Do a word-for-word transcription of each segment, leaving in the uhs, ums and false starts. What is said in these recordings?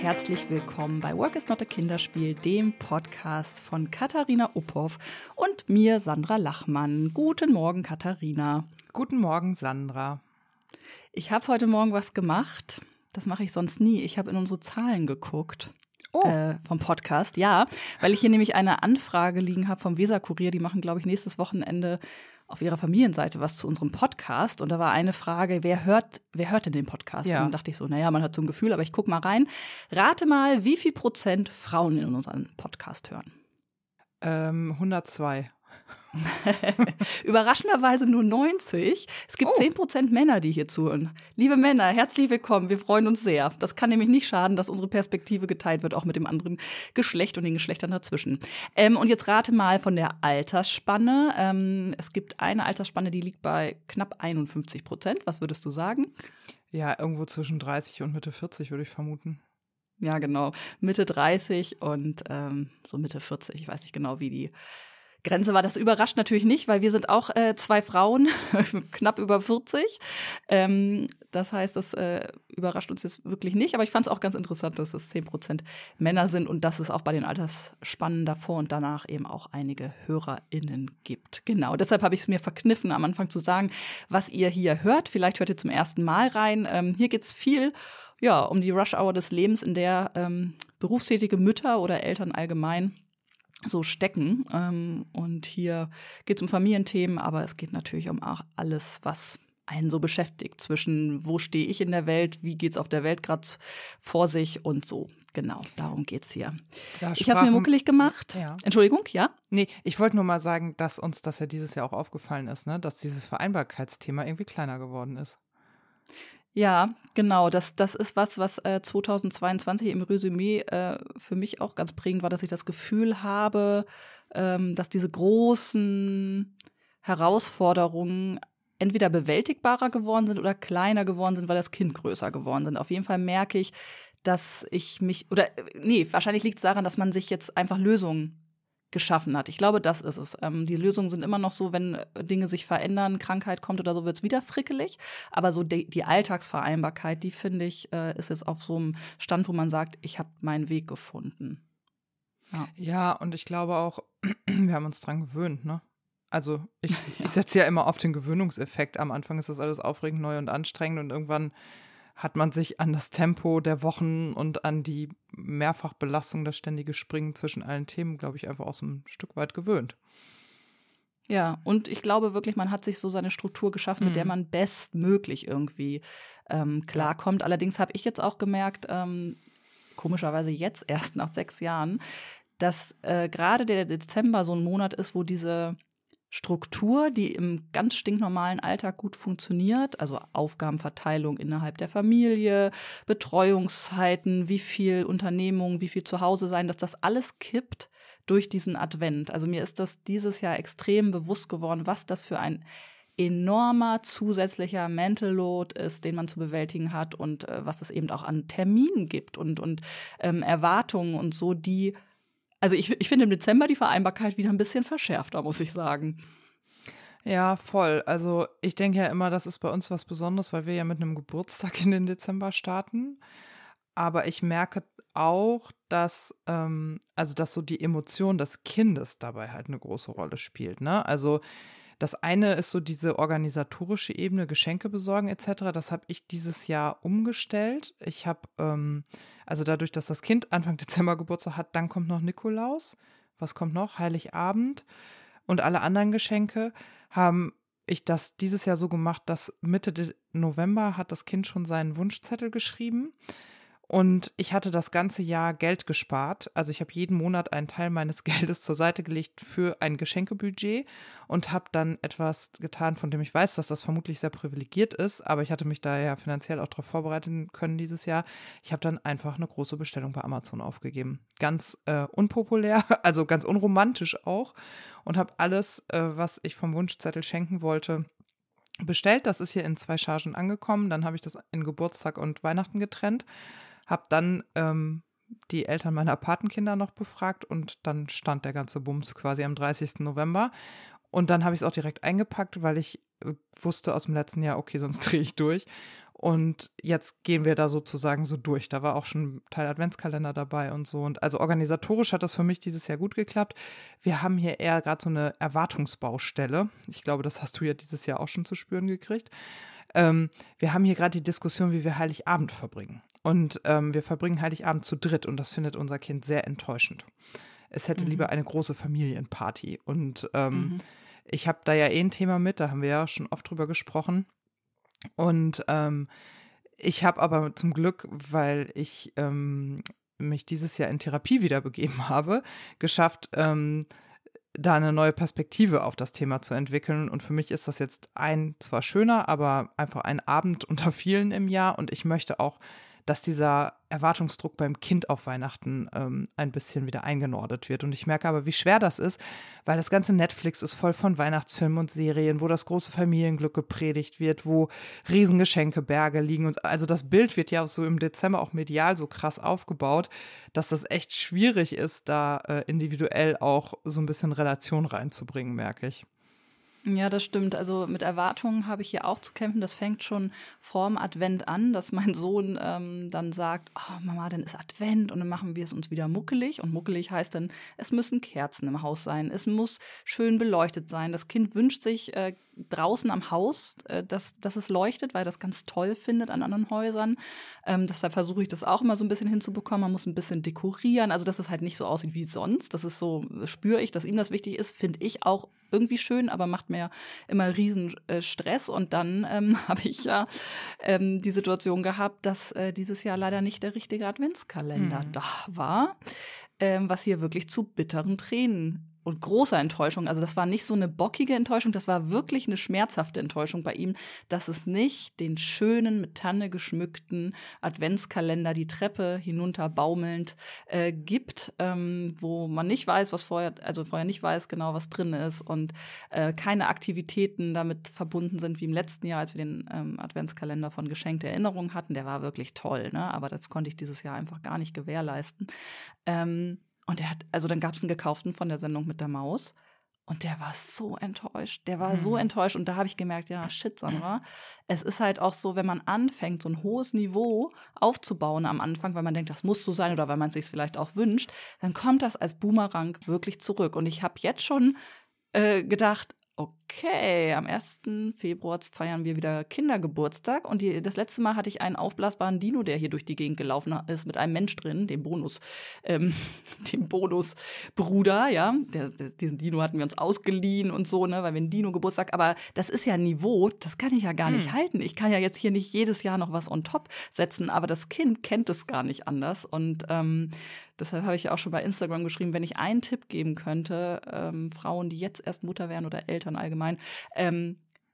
herzlich willkommen bei Work is not a Kinderspiel, dem Podcast von Katharina Uphoff und mir, Sandra Lachmann. Guten Morgen, Katharina. Guten Morgen, Sandra. Ich habe heute Morgen was gemacht. Das mache ich sonst nie. Ich habe in unsere Zahlen geguckt. Oh. Äh, vom Podcast, ja, weil ich hier nämlich eine Anfrage liegen habe vom Weser-Kurier. Die machen, glaube ich, nächstes Wochenende auf ihrer Familienseite was zu unserem Podcast. Und da war eine Frage, wer hört, wer hört denn den Podcast? Ja. Und dann dachte ich so, naja, man hat so ein Gefühl, aber ich gucke mal rein. Rate mal, wie viel Prozent Frauen in unseren Podcast hören? Ähm, hundertzwei. Überraschenderweise nur neunzig. Es gibt Oh. zehn Prozent Männer, die hier zuhören. Liebe Männer, herzlich willkommen. Wir freuen uns sehr. Das kann nämlich nicht schaden, dass unsere Perspektive geteilt wird, auch mit dem anderen Geschlecht und den Geschlechtern dazwischen. Ähm, und jetzt rate mal von der Altersspanne. Ähm, es gibt eine Altersspanne, die liegt bei knapp einundfünfzig Prozent. Was würdest du sagen? Ja, irgendwo zwischen dreißig und Mitte vierzig, würde ich vermuten. Ja, genau. Mitte dreißig und ähm, so Mitte vierzig. Ich weiß nicht genau, wie die Grenze war. Das überrascht natürlich nicht, weil wir sind auch äh, zwei Frauen, knapp über vierzig. Ähm, das heißt, das äh, überrascht uns jetzt wirklich nicht. Aber ich fand es auch ganz interessant, dass es zehn Prozent Männer sind und dass es auch bei den Altersspannen davor und danach eben auch einige HörerInnen gibt. Genau, deshalb habe ich es mir verkniffen, am Anfang zu sagen, was ihr hier hört. Vielleicht hört ihr zum ersten Mal rein. Ähm, hier geht es viel ja, um die Rush-Hour des Lebens, in der ähm, berufstätige Mütter oder Eltern allgemein so stecken. Ähm, und hier geht es um Familienthemen, aber es geht natürlich um auch alles, was einen so beschäftigt. Zwischen wo stehe ich in der Welt, wie geht's auf der Welt gerade vor sich und so. Genau, darum geht's hier. Da ich habe es mir muckelig gemacht. Ja. Entschuldigung, ja? Nee, ich wollte nur mal sagen, dass uns das ja dieses Jahr auch aufgefallen ist, ne? Dass dieses Vereinbarkeitsthema irgendwie kleiner geworden ist. Ja, genau. Das, das ist was, was äh, zweitausendzweiundzwanzig im Resümee äh, für mich auch ganz prägend war, dass ich das Gefühl habe, ähm, dass diese großen Herausforderungen entweder bewältigbarer geworden sind oder kleiner geworden sind, weil das Kind größer geworden sind. Auf jeden Fall merke ich, dass ich mich, oder nee, wahrscheinlich liegt es daran, dass man sich jetzt einfach Lösungen geschaffen hat. Ich glaube, das ist es. Ähm, die Lösungen sind immer noch so, wenn Dinge sich verändern, Krankheit kommt oder so, wird es wieder frickelig. Aber so die, die Alltagsvereinbarkeit, die finde ich, äh, ist jetzt auf so einem Stand, wo man sagt, ich habe meinen Weg gefunden. Ja. ja, und ich glaube auch, wir haben uns dran gewöhnt, ne? Also ich, ja. ich setze ja immer auf den Gewöhnungseffekt. Am Anfang ist das alles aufregend, neu und anstrengend und irgendwann hat man sich an das Tempo der Wochen und an die Mehrfachbelastung, das ständige Springen zwischen allen Themen, glaube ich, einfach auch so ein Stück weit gewöhnt. Ja, und ich glaube wirklich, man hat sich so seine Struktur geschaffen, mhm. mit der man bestmöglich irgendwie ähm, klarkommt. Allerdings habe ich jetzt auch gemerkt, ähm, komischerweise jetzt erst nach sechs Jahren, dass äh, gerade der Dezember so ein Monat ist, wo diese Struktur, die im ganz stinknormalen Alltag gut funktioniert, also Aufgabenverteilung innerhalb der Familie, Betreuungszeiten, wie viel Unternehmung, wie viel zu Hause sein, dass das alles kippt durch diesen Advent. Also mir ist das dieses Jahr extrem bewusst geworden, was das für ein enormer zusätzlicher Mental Load ist, den man zu bewältigen hat und äh, was es eben auch an Terminen gibt und, und ähm, Erwartungen und so, die Also ich, ich finde im Dezember die Vereinbarkeit wieder ein bisschen verschärfter, muss ich sagen. Ja, voll. Also ich denke ja immer, das ist bei uns was Besonderes, weil wir ja mit einem Geburtstag in den Dezember starten. Aber ich merke auch, dass, ähm, also dass so die Emotion des Kindes dabei halt eine große Rolle spielt, ne? Also das eine ist so diese organisatorische Ebene, Geschenke besorgen et cetera. Das habe ich dieses Jahr umgestellt. Ich habe, ähm, also dadurch, dass das Kind Anfang Dezember Geburtstag hat, dann kommt noch Nikolaus. Was kommt noch? Heiligabend. Und alle anderen Geschenke haben ich das dieses Jahr so gemacht, dass Mitte November hat das Kind schon seinen Wunschzettel geschrieben. Und ich hatte das ganze Jahr Geld gespart. Also ich habe jeden Monat einen Teil meines Geldes zur Seite gelegt für ein Geschenkebudget und habe dann etwas getan, von dem ich weiß, dass das vermutlich sehr privilegiert ist. Aber ich hatte mich da ja finanziell auch darauf vorbereiten können dieses Jahr. Ich habe dann einfach eine große Bestellung bei Amazon aufgegeben. Ganz äh, unpopulär, also ganz unromantisch auch. Und habe alles, äh, was ich vom Wunschzettel schenken wollte, bestellt. Das ist hier in zwei Chargen angekommen. Dann habe ich das in Geburtstag und Weihnachten getrennt. Habe dann ähm, die Eltern meiner Patenkinder noch befragt und dann stand der ganze Bums quasi am dreißigsten November. Und dann habe ich es auch direkt eingepackt, weil ich äh, wusste aus dem letzten Jahr, okay, sonst drehe ich durch. Und jetzt gehen wir da sozusagen so durch. Da war auch schon ein Teil Adventskalender dabei und so. Und also organisatorisch hat das für mich dieses Jahr gut geklappt. Wir haben hier eher gerade so eine Erwartungsbaustelle. Ich glaube, das hast du ja dieses Jahr auch schon zu spüren gekriegt. Ähm, wir haben hier gerade die Diskussion, wie wir Heiligabend verbringen. Und ähm, wir verbringen Heiligabend zu dritt und das findet unser Kind sehr enttäuschend. Es hätte mhm. lieber eine große Familienparty. Und ähm, mhm. ich habe da ja eh ein Thema mit, da haben wir ja schon oft drüber gesprochen. Und ähm, ich habe aber zum Glück, weil ich ähm, mich dieses Jahr in Therapie wieder begeben habe, geschafft, ähm, da eine neue Perspektive auf das Thema zu entwickeln. Und für mich ist das jetzt ein, zwar schöner, aber einfach ein Abend unter vielen im Jahr. Und ich möchte auch, dass dieser Erwartungsdruck beim Kind auf Weihnachten ähm, ein bisschen wieder eingenordet wird. Und ich merke aber, wie schwer das ist, weil das ganze Netflix ist voll von Weihnachtsfilmen und Serien, wo das große Familienglück gepredigt wird, wo Riesengeschenkeberge liegen. Und also das Bild wird ja so im Dezember auch medial so krass aufgebaut, dass das echt schwierig ist, da äh, individuell auch so ein bisschen Relation reinzubringen, merke ich. Ja, das stimmt. Also mit Erwartungen habe ich hier auch zu kämpfen. Das fängt schon vorm Advent an, dass mein Sohn ähm, dann sagt, oh Mama, dann ist Advent und dann machen wir es uns wieder muckelig. Und muckelig heißt dann, es müssen Kerzen im Haus sein, es muss schön beleuchtet sein. Das Kind wünscht sich äh, draußen am Haus, äh, dass, dass es leuchtet, weil das ganz toll findet an anderen Häusern. Ähm, deshalb versuche ich das auch immer so ein bisschen hinzubekommen. Man muss ein bisschen dekorieren, also dass es halt nicht so aussieht wie sonst. Das ist so, spüre ich, dass ihm das wichtig ist, finde ich auch irgendwie schön, aber macht mir immer riesen äh, Stress. Und dann ähm, habe ich ja ähm, die Situation gehabt, dass äh, dieses Jahr leider nicht der richtige Adventskalender mhm. da war, ähm, was hier wirklich zu bitteren Tränen und großer Enttäuschung, also das war nicht so eine bockige Enttäuschung, das war wirklich eine schmerzhafte Enttäuschung bei ihm, dass es nicht den schönen, mit Tanne geschmückten Adventskalender die Treppe hinunter baumelnd äh, gibt, ähm, wo man nicht weiß, was vorher, also vorher nicht weiß genau, was drin ist und äh, keine Aktivitäten damit verbunden sind wie im letzten Jahr, als wir den ähm, Adventskalender von Geschenkte Erinnerung hatten. Der war wirklich toll, ne? Aber das konnte ich dieses Jahr einfach gar nicht gewährleisten. Ähm, Und er hat, also dann gab es einen gekauften von der Sendung mit der Maus. Und der war so enttäuscht. Der war hm. so enttäuscht. Und da habe ich gemerkt, ja, shit, Sandra. Es ist halt auch so, wenn man anfängt, so ein hohes Niveau aufzubauen am Anfang, weil man denkt, das muss so sein oder weil man es sich vielleicht auch wünscht, dann kommt das als Boomerang wirklich zurück. Und ich habe jetzt schon äh, gedacht, okay, am ersten Februar feiern wir wieder Kindergeburtstag und die, das letzte Mal hatte ich einen aufblasbaren Dino, der hier durch die Gegend gelaufen ist, mit einem Mensch drin, dem Bonus, ähm, dem Bonusbruder, ja. Der, der, diesen Dino hatten wir uns ausgeliehen und so, ne, weil wir einen Dino-Geburtstag, aber das ist ja ein Niveau, das kann ich ja gar nicht hm. halten. Ich kann ja jetzt hier nicht jedes Jahr noch was on top setzen, aber das Kind kennt es gar nicht anders und ähm, deshalb habe ich ja auch schon bei Instagram geschrieben, wenn ich einen Tipp geben könnte, ähm, Frauen, die jetzt erst Mutter werden oder Eltern allgemein, ähm,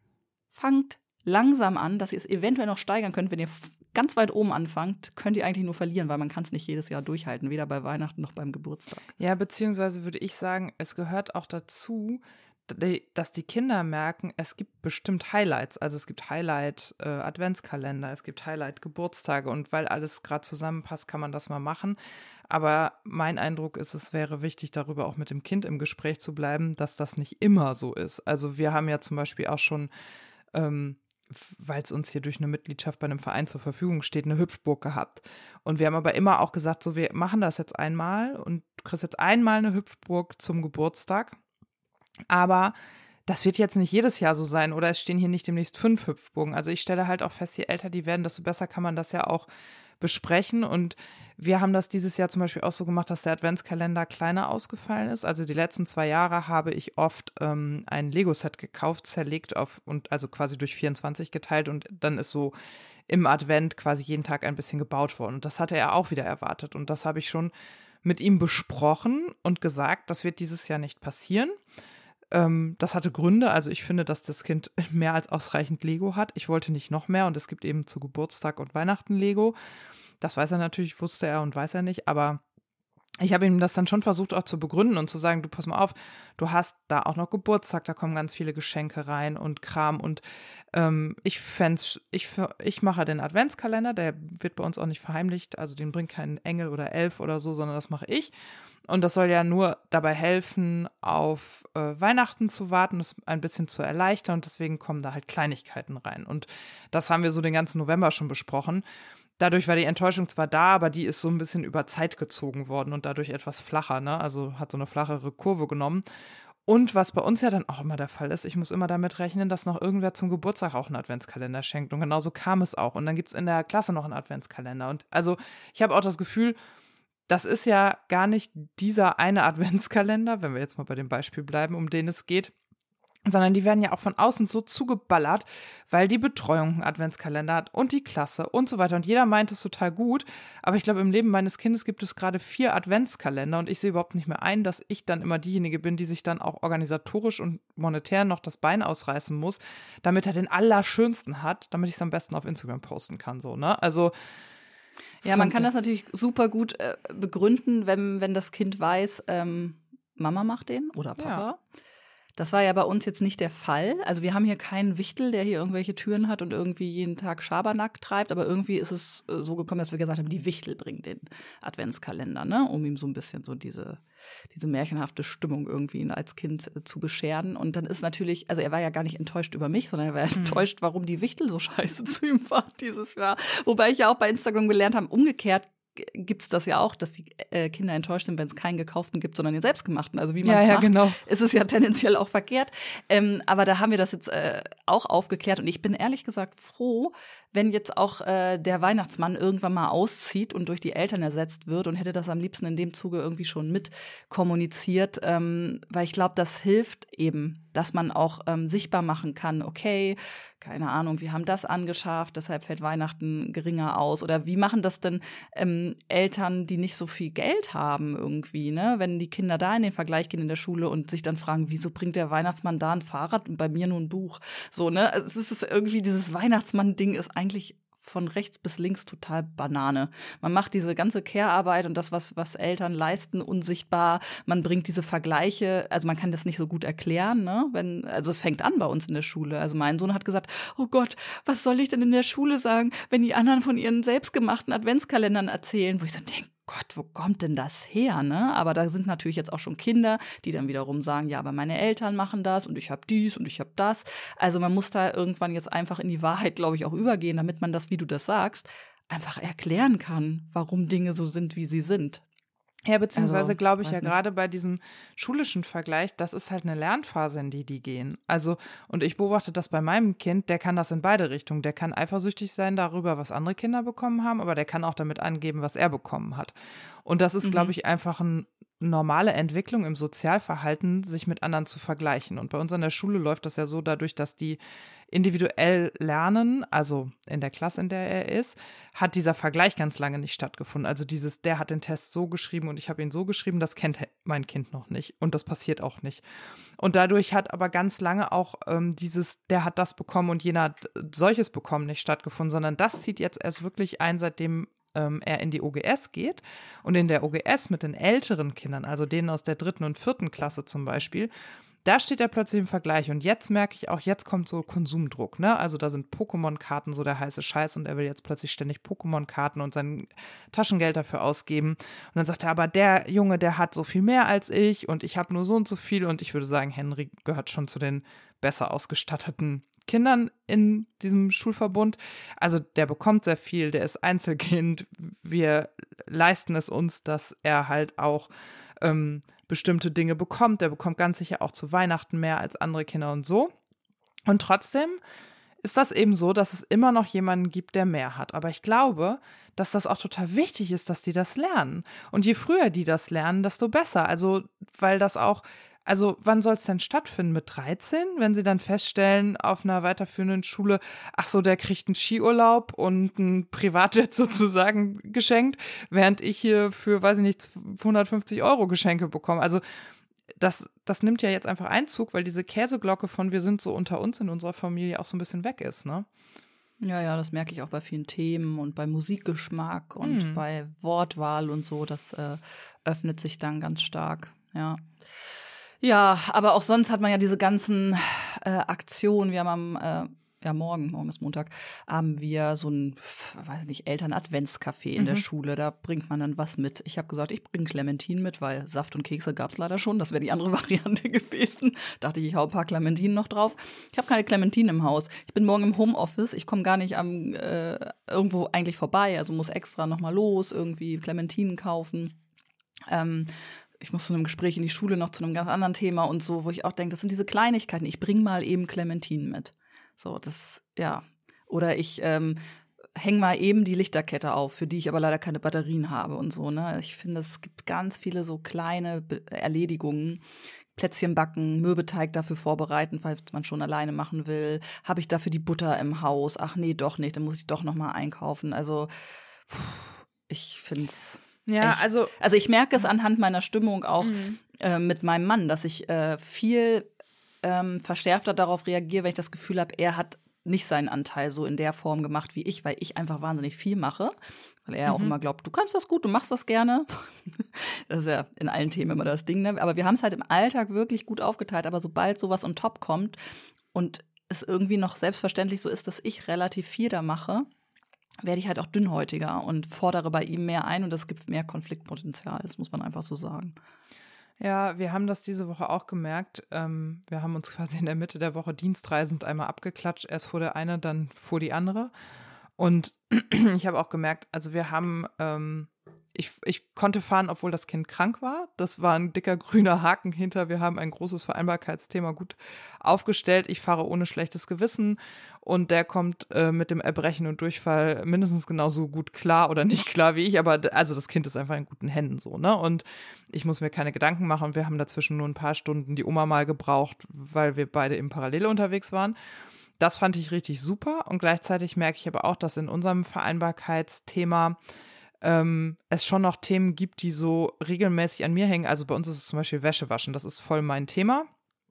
fangt langsam an, dass ihr es eventuell noch steigern könnt. Wenn ihr f- ganz weit oben anfangt, könnt ihr eigentlich nur verlieren, weil man kann es nicht jedes Jahr durchhalten, weder bei Weihnachten noch beim Geburtstag. Ja, beziehungsweise würde ich sagen, es gehört auch dazu, dass die Kinder merken, es gibt bestimmt Highlights. Also es gibt Highlight-Adventskalender, äh, es gibt Highlight-Geburtstage und weil alles gerade zusammenpasst, kann man das mal machen. Aber mein Eindruck ist, es wäre wichtig, darüber auch mit dem Kind im Gespräch zu bleiben, dass das nicht immer so ist. Also wir haben ja zum Beispiel auch schon, ähm, weil es uns hier durch eine Mitgliedschaft bei einem Verein zur Verfügung steht, eine Hüpfburg gehabt. Und wir haben aber immer auch gesagt, so wir machen das jetzt einmal und du kriegst jetzt einmal eine Hüpfburg zum Geburtstag. Aber das wird jetzt nicht jedes Jahr so sein oder es stehen hier nicht demnächst fünf Hüpfburgen. Also ich stelle halt auch fest, je älter die werden, desto besser kann man das ja auch besprechen. Und wir haben das dieses Jahr zum Beispiel auch so gemacht, dass der Adventskalender kleiner ausgefallen ist. Also die letzten zwei Jahre habe ich oft ähm, ein Lego-Set gekauft, zerlegt auf und also quasi durch vierundzwanzig geteilt und dann ist so im Advent quasi jeden Tag ein bisschen gebaut worden. Und das hatte er auch wieder erwartet. Und das habe ich schon mit ihm besprochen und gesagt, das wird dieses Jahr nicht passieren. Das hatte Gründe, also ich finde, dass das Kind mehr als ausreichend Lego hat. Ich wollte nicht noch mehr und es gibt eben zu Geburtstag und Weihnachten Lego. Das weiß er natürlich, wusste er und weiß er nicht, aber ich habe ihm das dann schon versucht auch zu begründen und zu sagen, du pass mal auf, du hast da auch noch Geburtstag, da kommen ganz viele Geschenke rein und Kram und ähm, ich fänd's, ich, ich mache den Adventskalender, der wird bei uns auch nicht verheimlicht, also den bringt kein Engel oder Elf oder so, sondern das mache ich und das soll ja nur dabei helfen, auf äh, Weihnachten zu warten, das ein bisschen zu erleichtern und deswegen kommen da halt Kleinigkeiten rein und das haben wir so den ganzen November schon besprochen. Dadurch war die Enttäuschung zwar da, aber die ist so ein bisschen über Zeit gezogen worden und dadurch etwas flacher, ne? Also hat so eine flachere Kurve genommen. Und was bei uns ja dann auch immer der Fall ist, ich muss immer damit rechnen, dass noch irgendwer zum Geburtstag auch einen Adventskalender schenkt. Und genauso kam es auch. Und dann gibt es in der Klasse noch einen Adventskalender. Und also ich habe auch das Gefühl, das ist ja gar nicht dieser eine Adventskalender, wenn wir jetzt mal bei dem Beispiel bleiben, um den es geht, sondern die werden ja auch von außen so zugeballert, weil die Betreuung einen Adventskalender hat und die Klasse und so weiter. Und jeder meint es total gut. Aber ich glaube, im Leben meines Kindes gibt es gerade vier Adventskalender und ich sehe überhaupt nicht mehr ein, dass ich dann immer diejenige bin, die sich dann auch organisatorisch und monetär noch das Bein ausreißen muss, damit er den allerschönsten hat, damit ich es am besten auf Instagram posten kann. So, ne? Also ja, man kann das natürlich super gut äh, begründen, wenn, wenn das Kind weiß, ähm, Mama macht den oder Papa. Ja. Das war ja bei uns jetzt nicht der Fall. Also wir haben hier keinen Wichtel, der hier irgendwelche Türen hat und irgendwie jeden Tag Schabernack treibt. Aber irgendwie ist es so gekommen, dass wir gesagt haben, die Wichtel bringen den Adventskalender, ne? Um ihm so ein bisschen so diese, diese märchenhafte Stimmung irgendwie ihn als Kind äh, zu bescheren. Und dann ist natürlich, also er war ja gar nicht enttäuscht über mich, sondern er war mhm. enttäuscht, warum die Wichtel so scheiße zu ihm war dieses Jahr. Wobei ich ja auch bei Instagram gelernt habe, umgekehrt gibt es das ja auch, dass die äh, Kinder enttäuscht sind, wenn es keinen gekauften gibt, sondern den selbstgemachten. Also wie man es ja, ja, macht, genau. ist es ja tendenziell auch verkehrt. Ähm, aber da haben wir das jetzt äh, auch aufgeklärt. Und ich bin ehrlich gesagt froh, wenn jetzt auch äh, der Weihnachtsmann irgendwann mal auszieht und durch die Eltern ersetzt wird und hätte das am liebsten in dem Zuge irgendwie schon mit kommuniziert. Ähm, weil ich glaube, das hilft eben, dass man auch ähm, sichtbar machen kann, okay, keine Ahnung, wir haben das angeschafft, deshalb fällt Weihnachten geringer aus. Oder wie machen das denn ähm, Eltern, die nicht so viel Geld haben irgendwie, ne? Wenn die Kinder da in den Vergleich gehen in der Schule und sich dann fragen, wieso bringt der Weihnachtsmann da ein Fahrrad und bei mir nur ein Buch? So, ne? Also es ist irgendwie, dieses Weihnachtsmann-Ding ist eigentlich von rechts bis links total Banane. Man macht diese ganze Care-Arbeit und das, was, was Eltern leisten, unsichtbar. Man bringt diese Vergleiche, also man kann das nicht so gut erklären, ne? Wenn, also es fängt an bei uns in der Schule. Also mein Sohn hat gesagt, oh Gott, was soll ich denn in der Schule sagen, wenn die anderen von ihren selbstgemachten Adventskalendern erzählen? Wo ich so denke, Gott, wo kommt denn das her, ne? Aber da sind natürlich jetzt auch schon Kinder, die dann wiederum sagen, ja, aber meine Eltern machen das und ich habe dies und ich habe das. Also man muss da irgendwann jetzt einfach in die Wahrheit, glaube ich, auch übergehen, damit man das, wie du das sagst, einfach erklären kann, warum Dinge so sind, wie sie sind. Ja, beziehungsweise also, glaube ich ja nicht. gerade bei diesem schulischen Vergleich, das ist halt eine Lernphase, in die die gehen. Also, und ich beobachte das bei meinem Kind, der kann das in beide Richtungen. Der kann eifersüchtig sein darüber, was andere Kinder bekommen haben, aber der kann auch damit angeben, was er bekommen hat. Und das ist, mhm. glaube ich, einfach eine normale Entwicklung im Sozialverhalten, sich mit anderen zu vergleichen. Und bei uns an der Schule läuft das ja so dadurch, dass die individuell lernen, also in der Klasse, in der er ist, hat dieser Vergleich ganz lange nicht stattgefunden. Also dieses, der hat den Test so geschrieben und ich habe ihn so geschrieben, das kennt mein Kind noch nicht und das passiert auch nicht. Und dadurch hat aber ganz lange auch ähm, dieses, der hat das bekommen und jener hat solches bekommen nicht stattgefunden, sondern das zieht jetzt erst wirklich ein, seitdem ähm, er in die O G S geht. Und in der O G S mit den älteren Kindern, also denen aus der dritten und vierten Klasse zum Beispiel, da steht er plötzlich im Vergleich und jetzt merke ich auch, jetzt kommt so Konsumdruck, ne? Also da sind Pokémon-Karten so der heiße Scheiß und er will jetzt plötzlich ständig Pokémon-Karten und sein Taschengeld dafür ausgeben. Und dann sagt er, aber der Junge, der hat so viel mehr als ich und ich habe nur so und so viel und ich würde sagen, Henry gehört schon zu den besser ausgestatteten Kindern in diesem Schulverbund. Also der bekommt sehr viel, der ist Einzelkind. Wir leisten es uns, dass er halt auch ähm, bestimmte Dinge bekommt. Der bekommt ganz sicher auch zu Weihnachten mehr als andere Kinder und so. Und trotzdem ist das eben so, dass es immer noch jemanden gibt, der mehr hat. Aber ich glaube, dass das auch total wichtig ist, dass die das lernen. Und je früher die das lernen, desto besser. Also, weil das auch, also wann soll es denn stattfinden? Mit dreizehn? Wenn sie dann feststellen auf einer weiterführenden Schule, ach so, der kriegt einen Skiurlaub und ein Privatjet sozusagen geschenkt, während ich hier für, weiß ich nicht, hundertfünfzig Euro Geschenke bekomme. Also das, das nimmt ja jetzt einfach Einzug, weil diese Käseglocke von wir sind so unter uns in unserer Familie auch so ein bisschen weg ist, ne? Ja, ja, das merke ich auch bei vielen Themen und bei Musikgeschmack und Mhm. bei Wortwahl und so. Das äh, öffnet sich dann ganz stark, ja. Ja, aber auch sonst hat man ja diese ganzen äh, Aktionen. Wir haben am, äh, ja morgen, morgen ist Montag, haben wir so ein, pf, weiß ich nicht, Eltern-Adventscafé in der Mhm. Schule. Da bringt man dann was mit. Ich habe gesagt, ich bringe Clementinen mit, weil Saft und Kekse gab es leider schon. Das wäre die andere Variante gewesen. Dachte ich, ich hau ein paar Clementinen noch drauf. Ich habe keine Clementinen im Haus. Ich bin morgen im Homeoffice. Ich komme gar nicht am äh, irgendwo eigentlich vorbei. Also muss extra noch mal los, irgendwie Clementinen kaufen. Ähm, ich muss zu einem Gespräch in die Schule noch zu einem ganz anderen Thema und so, wo ich auch denke, das sind diese Kleinigkeiten. Ich bringe mal eben Clementinen mit. So, das, ja. Oder ich ähm, hänge mal eben die Lichterkette auf, für die ich aber leider keine Batterien habe und so, ne? Ich finde, es gibt ganz viele so kleine Be- Erledigungen. Plätzchen backen, Mürbeteig dafür vorbereiten, falls man schon alleine machen will. Habe ich dafür die Butter im Haus? Ach nee, doch nicht, dann muss ich doch noch mal einkaufen. Also, puh, ich finde es Ja, echt. also Also ich merke es anhand meiner Stimmung auch Mhm. äh, mit meinem Mann, dass ich äh, viel ähm, verschärfter darauf reagiere, wenn ich das Gefühl habe, er hat nicht seinen Anteil so in der Form gemacht wie ich, weil ich einfach wahnsinnig viel mache. Weil er auch Mhm. immer glaubt, du kannst das gut, du machst das gerne. Das ist ja in allen Themen immer das Ding, ne? Aber wir haben es halt im Alltag wirklich gut aufgeteilt. Aber sobald sowas on top kommt und es irgendwie noch selbstverständlich so ist, dass ich relativ viel da mache, werde ich halt auch dünnhäutiger und fordere bei ihm mehr ein und das gibt mehr Konfliktpotenzial. Das muss man einfach so sagen. Ja, wir haben das diese Woche auch gemerkt. Ähm, wir haben uns quasi in der Mitte der Woche dienstreisend einmal abgeklatscht. Erst fuhr der eine, dann fuhr die andere. Und ich habe auch gemerkt, also wir haben, ähm, ich, ich konnte fahren, obwohl das Kind krank war. Das war ein dicker grüner Haken hinter. Wir haben ein großes Vereinbarkeitsthema gut aufgestellt. Ich fahre ohne schlechtes Gewissen und der kommt äh, mit dem Erbrechen und Durchfall mindestens genauso gut klar oder nicht klar wie ich. Aber d- also das Kind ist einfach in guten Händen so, ne? Und ich muss mir keine Gedanken machen. Und wir haben dazwischen nur ein paar Stunden die Oma mal gebraucht, weil wir beide eben parallel unterwegs waren. Das fand ich richtig super und gleichzeitig merke ich aber auch, dass in unserem Vereinbarkeitsthema ähm, es schon noch Themen gibt, die so regelmäßig an mir hängen. Also bei uns ist es zum Beispiel Wäsche waschen, das ist voll mein Thema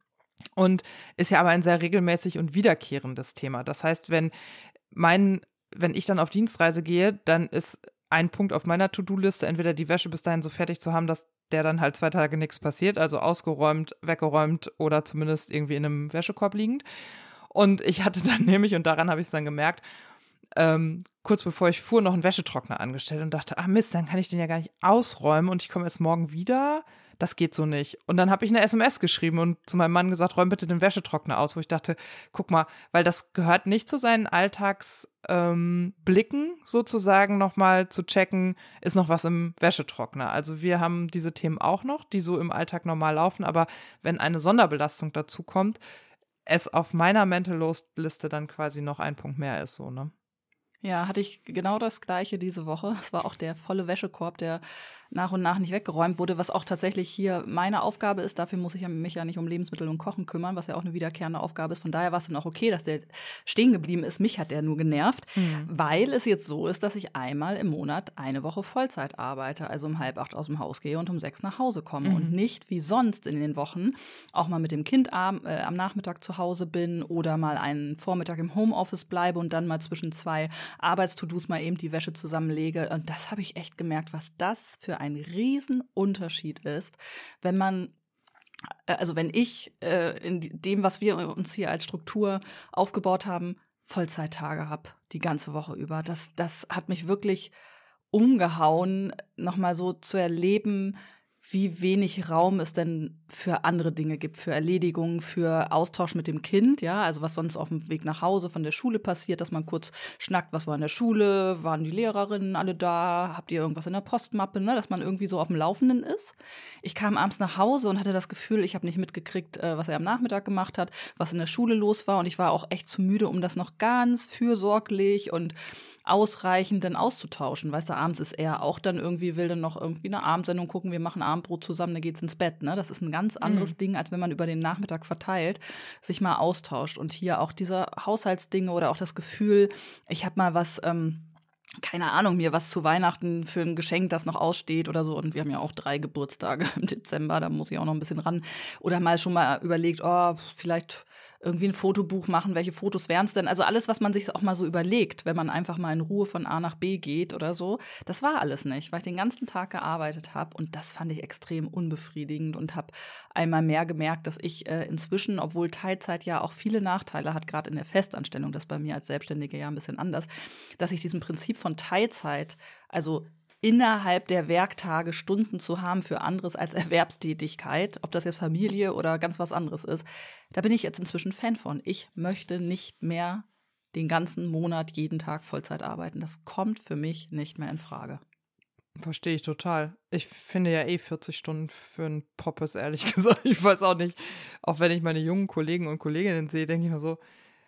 und ist ja aber ein sehr regelmäßig und wiederkehrendes Thema. Das heißt, wenn mein, wenn ich dann auf Dienstreise gehe, dann ist ein Punkt auf meiner To-Do-Liste, entweder die Wäsche bis dahin so fertig zu haben, dass der dann halt zwei Tage nichts passiert, also ausgeräumt, weggeräumt oder zumindest irgendwie in einem Wäschekorb liegend. Und ich hatte dann nämlich, und daran habe ich es dann gemerkt, ähm, kurz bevor ich fuhr, noch einen Wäschetrockner angestellt und dachte, ah Mist, dann kann ich den ja gar nicht ausräumen und ich komme erst morgen wieder. Das geht so nicht. Und dann habe ich eine S M S geschrieben und zu meinem Mann gesagt, räum bitte den Wäschetrockner aus, wo ich dachte, guck mal, weil das gehört nicht zu seinen Alltagsblicken ähm, Blicken sozusagen nochmal zu checken, ist noch was im Wäschetrockner. Also wir haben diese Themen auch noch, die so im Alltag normal laufen, aber wenn eine Sonderbelastung dazu kommt, es auf meiner Mental Load-Liste dann quasi noch ein Punkt mehr ist, so, ne? Ja, hatte ich genau das Gleiche diese Woche. Es war auch der volle Wäschekorb, der nach und nach nicht weggeräumt wurde, was auch tatsächlich hier meine Aufgabe ist. Dafür muss ich mich ja nicht um Lebensmittel und Kochen kümmern, was ja auch eine wiederkehrende Aufgabe ist. Von daher war es dann auch okay, dass der stehen geblieben ist. Mich hat der nur genervt, Mhm. weil es jetzt so ist, dass ich einmal im Monat eine Woche Vollzeit arbeite, also um halb acht aus dem Haus gehe und um sechs nach Hause komme Mhm. und nicht wie sonst in den Wochen auch mal mit dem Kind am, äh, am Nachmittag zu Hause bin oder mal einen Vormittag im Homeoffice bleibe und dann mal zwischen zwei Arbeits-To-Dos mal eben die Wäsche zusammenlege. Und das habe ich echt gemerkt, was das für ein Riesenunterschied ist, wenn man, äh, also wenn ich äh, in dem, was wir uns hier als Struktur aufgebaut haben, Vollzeittage habe, die ganze Woche über. Das, das hat mich wirklich umgehauen, nochmal so zu erleben, wie wenig Raum es denn für andere Dinge gibt, für Erledigungen, für Austausch mit dem Kind, ja, also was sonst auf dem Weg nach Hause von der Schule passiert, dass man kurz schnackt, was war in der Schule, waren die Lehrerinnen alle da, habt ihr irgendwas in der Postmappe, ne, dass man irgendwie so auf dem Laufenden ist. Ich kam abends nach Hause und hatte das Gefühl, ich habe nicht mitgekriegt, äh, was er am Nachmittag gemacht hat, was in der Schule los war und ich war auch echt zu müde, um das noch ganz fürsorglich und ausreichend dann auszutauschen. Weißt du, abends ist er auch dann irgendwie, will dann noch irgendwie eine Abendsendung gucken, wir machen Abendbrot zusammen, dann geht's ins Bett. Ne? Das ist ein ganz anderes Mhm. Ding, als wenn man über den Nachmittag verteilt sich mal austauscht. Und hier auch diese Haushaltsdinge oder auch das Gefühl, ich habe mal was ähm, keine Ahnung, mir was zu Weihnachten für ein Geschenk, das noch aussteht oder so. Und wir haben ja auch drei Geburtstage im Dezember, da muss ich auch noch ein bisschen ran. Oder mal schon mal überlegt, oh, vielleicht irgendwie ein Fotobuch machen, welche Fotos wären es denn? Also alles, was man sich auch mal so überlegt, wenn man einfach mal in Ruhe von A nach B geht oder so, das war alles nicht, weil ich den ganzen Tag gearbeitet habe und das fand ich extrem unbefriedigend und habe einmal mehr gemerkt, dass ich äh, inzwischen, obwohl Teilzeit ja auch viele Nachteile hat, gerade in der Festanstellung, das ist bei mir als Selbstständige ja ein bisschen anders, dass ich diesem Prinzip von Teilzeit, also innerhalb der Werktage Stunden zu haben für anderes als Erwerbstätigkeit, ob das jetzt Familie oder ganz was anderes ist, da bin ich jetzt inzwischen Fan von. Ich möchte nicht mehr den ganzen Monat jeden Tag Vollzeit arbeiten. Das kommt für mich nicht mehr in Frage. Verstehe ich total. Ich finde ja eh vierzig Stunden für einen Poppes, ehrlich gesagt. Ich weiß auch nicht, auch wenn ich meine jungen Kollegen und Kolleginnen sehe, denke ich mir so,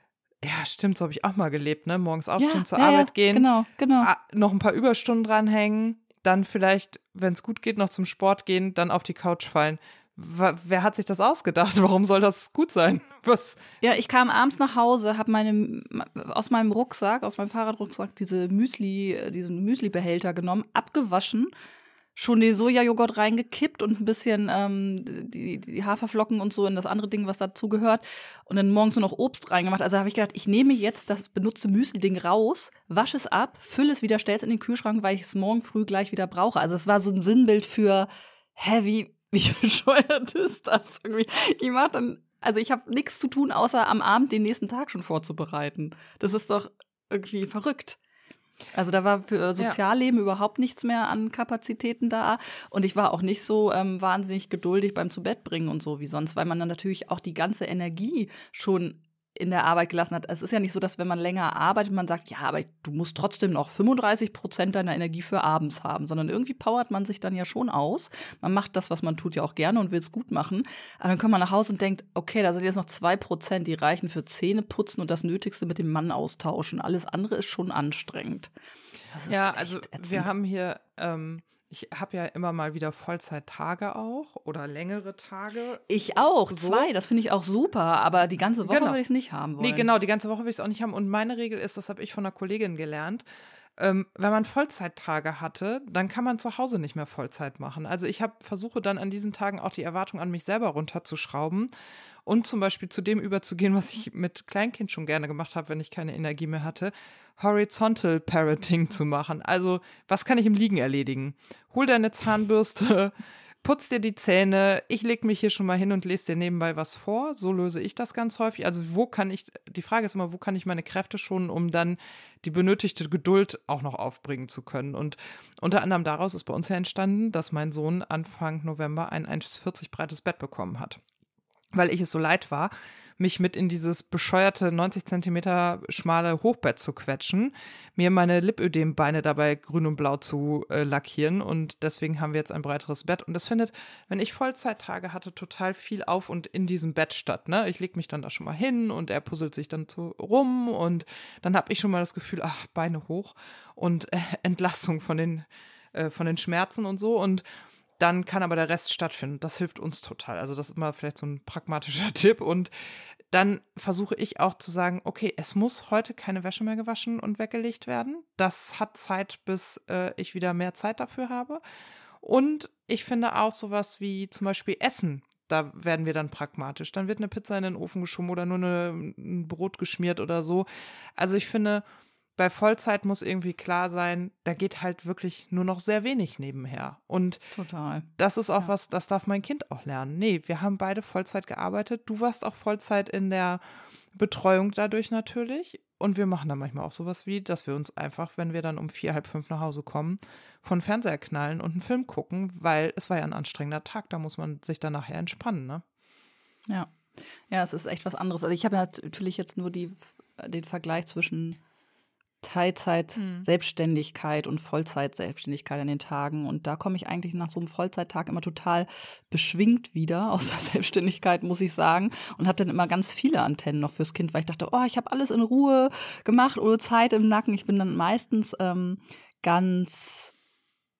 ja, stimmt, so habe ich auch mal gelebt, ne? Morgens aufstehen, Ja, zur ja, Arbeit ja, gehen, genau, genau. a- noch ein paar Überstunden dranhängen, dann vielleicht, wenn es gut geht, noch zum Sport gehen, dann auf die Couch fallen. Wa- Wer hat sich das ausgedacht? Warum soll das gut sein? Was? Ja, ich kam abends nach Hause, habe meine aus meinem Rucksack, aus meinem Fahrradrucksack diese Müsli, diesen Müslibehälter genommen, abgewaschen, schon den Sojajoghurt reingekippt und ein bisschen ähm, die, die Haferflocken und so in das andere Ding, was dazu gehört. Und dann morgens nur noch Obst reingemacht. Also habe ich gedacht, ich nehme jetzt das benutzte Müsli-Ding raus, wasche es ab, fülle es wieder, stelle es in den Kühlschrank, weil ich es morgen früh gleich wieder brauche. Also es war so ein Sinnbild für, hä, wie, wie bescheuert ist das irgendwie? Ich mach dann, also ich habe nichts zu tun, außer am Abend den nächsten Tag schon vorzubereiten. Das ist doch irgendwie verrückt. Also da war für Sozialleben ja. überhaupt nichts mehr an Kapazitäten da. Und ich war auch nicht so ähm, wahnsinnig geduldig beim Zubettbringen und so wie sonst, weil man dann natürlich auch die ganze Energie schon in der Arbeit gelassen hat. Es ist ja nicht so, dass wenn man länger arbeitet, man sagt, ja, aber du musst trotzdem noch fünfunddreißig Prozent deiner Energie für abends haben, sondern irgendwie powert man sich dann ja schon aus. Man macht das, was man tut, ja auch gerne und will es gut machen. Aber dann kommt man nach Hause und denkt, okay, da sind jetzt noch zwei Prozent, die reichen für Zähneputzen und das Nötigste mit dem Mann austauschen. Alles andere ist schon anstrengend. Ja, also wir haben hier ähm ich habe ja immer mal wieder Vollzeittage auch oder längere Tage. Ich auch, so. zwei, das finde ich auch super, aber die ganze Woche genau. würde ich es nicht haben wollen. Nee, genau, die ganze Woche will ich es auch nicht haben. Und meine Regel ist, das habe ich von einer Kollegin gelernt, ähm, wenn man Vollzeittage hatte, dann kann man zu Hause nicht mehr Vollzeit machen. Also ich habe versuche dann an diesen Tagen auch die Erwartung an mich selber runterzuschrauben und zum Beispiel zu dem überzugehen, was ich mit Kleinkind schon gerne gemacht habe, wenn ich keine Energie mehr hatte, Horizontal Parenting zu machen. Also was kann ich im Liegen erledigen? Hol deine Zahnbürste, putz dir die Zähne, ich leg mich hier schon mal hin und lese dir nebenbei was vor. So löse ich das ganz häufig. Also wo kann ich, die Frage ist immer, wo kann ich meine Kräfte schonen, um dann die benötigte Geduld auch noch aufbringen zu können. Und unter anderem daraus ist bei uns ja entstanden, dass mein Sohn Anfang November ein eins vierzig breites Bett bekommen hat. Weil ich es so leid war, mich mit in dieses bescheuerte neunzig Zentimeter schmale Hochbett zu quetschen, mir meine Lipödembeine dabei grün und blau zu äh, lackieren und deswegen haben wir jetzt ein breiteres Bett und das findet, wenn ich Vollzeittage hatte, total viel auf und in diesem Bett statt, ne? Ich lege mich dann da schon mal hin und er puzzelt sich dann so rum und dann habe ich schon mal das Gefühl, ach, Beine hoch und äh, Entlassung von den, äh, von den Schmerzen und so und dann kann aber der Rest stattfinden. Das hilft uns total. Also das ist immer vielleicht so ein pragmatischer Tipp. Und dann versuche ich auch zu sagen, okay, es muss heute keine Wäsche mehr gewaschen und weggelegt werden. Das hat Zeit, bis äh, ich wieder mehr Zeit dafür habe. Und ich finde auch sowas wie zum Beispiel Essen. Da werden wir dann pragmatisch. Dann wird eine Pizza in den Ofen geschoben oder nur eine, ein Brot geschmiert oder so. Also ich finde, bei Vollzeit muss irgendwie klar sein, da geht halt wirklich nur noch sehr wenig nebenher. Und Total. Das ist auch Ja. was, das darf mein Kind auch lernen. Nee, wir haben beide Vollzeit gearbeitet. Du warst auch Vollzeit in der Betreuung dadurch natürlich. Und wir machen dann manchmal auch sowas wie, dass wir uns einfach, wenn wir dann um vier, halb fünf nach Hause kommen, von Fernseher knallen und einen Film gucken, weil es war ja ein anstrengender Tag. Da muss man sich dann nachher entspannen, ne? Ja. Ja, es ist echt was anderes. Also ich habe natürlich jetzt nur die, den Vergleich zwischen Teilzeit, Hm. Selbstständigkeit und Vollzeit-Selbstständigkeit an den Tagen. Und da komme ich eigentlich nach so einem Vollzeittag immer total beschwingt wieder aus der Selbstständigkeit, muss ich sagen. Und habe dann immer ganz viele Antennen noch fürs Kind, weil ich dachte, oh, ich habe alles in Ruhe gemacht, ohne Zeit im Nacken. Ich bin dann meistens ähm, ganz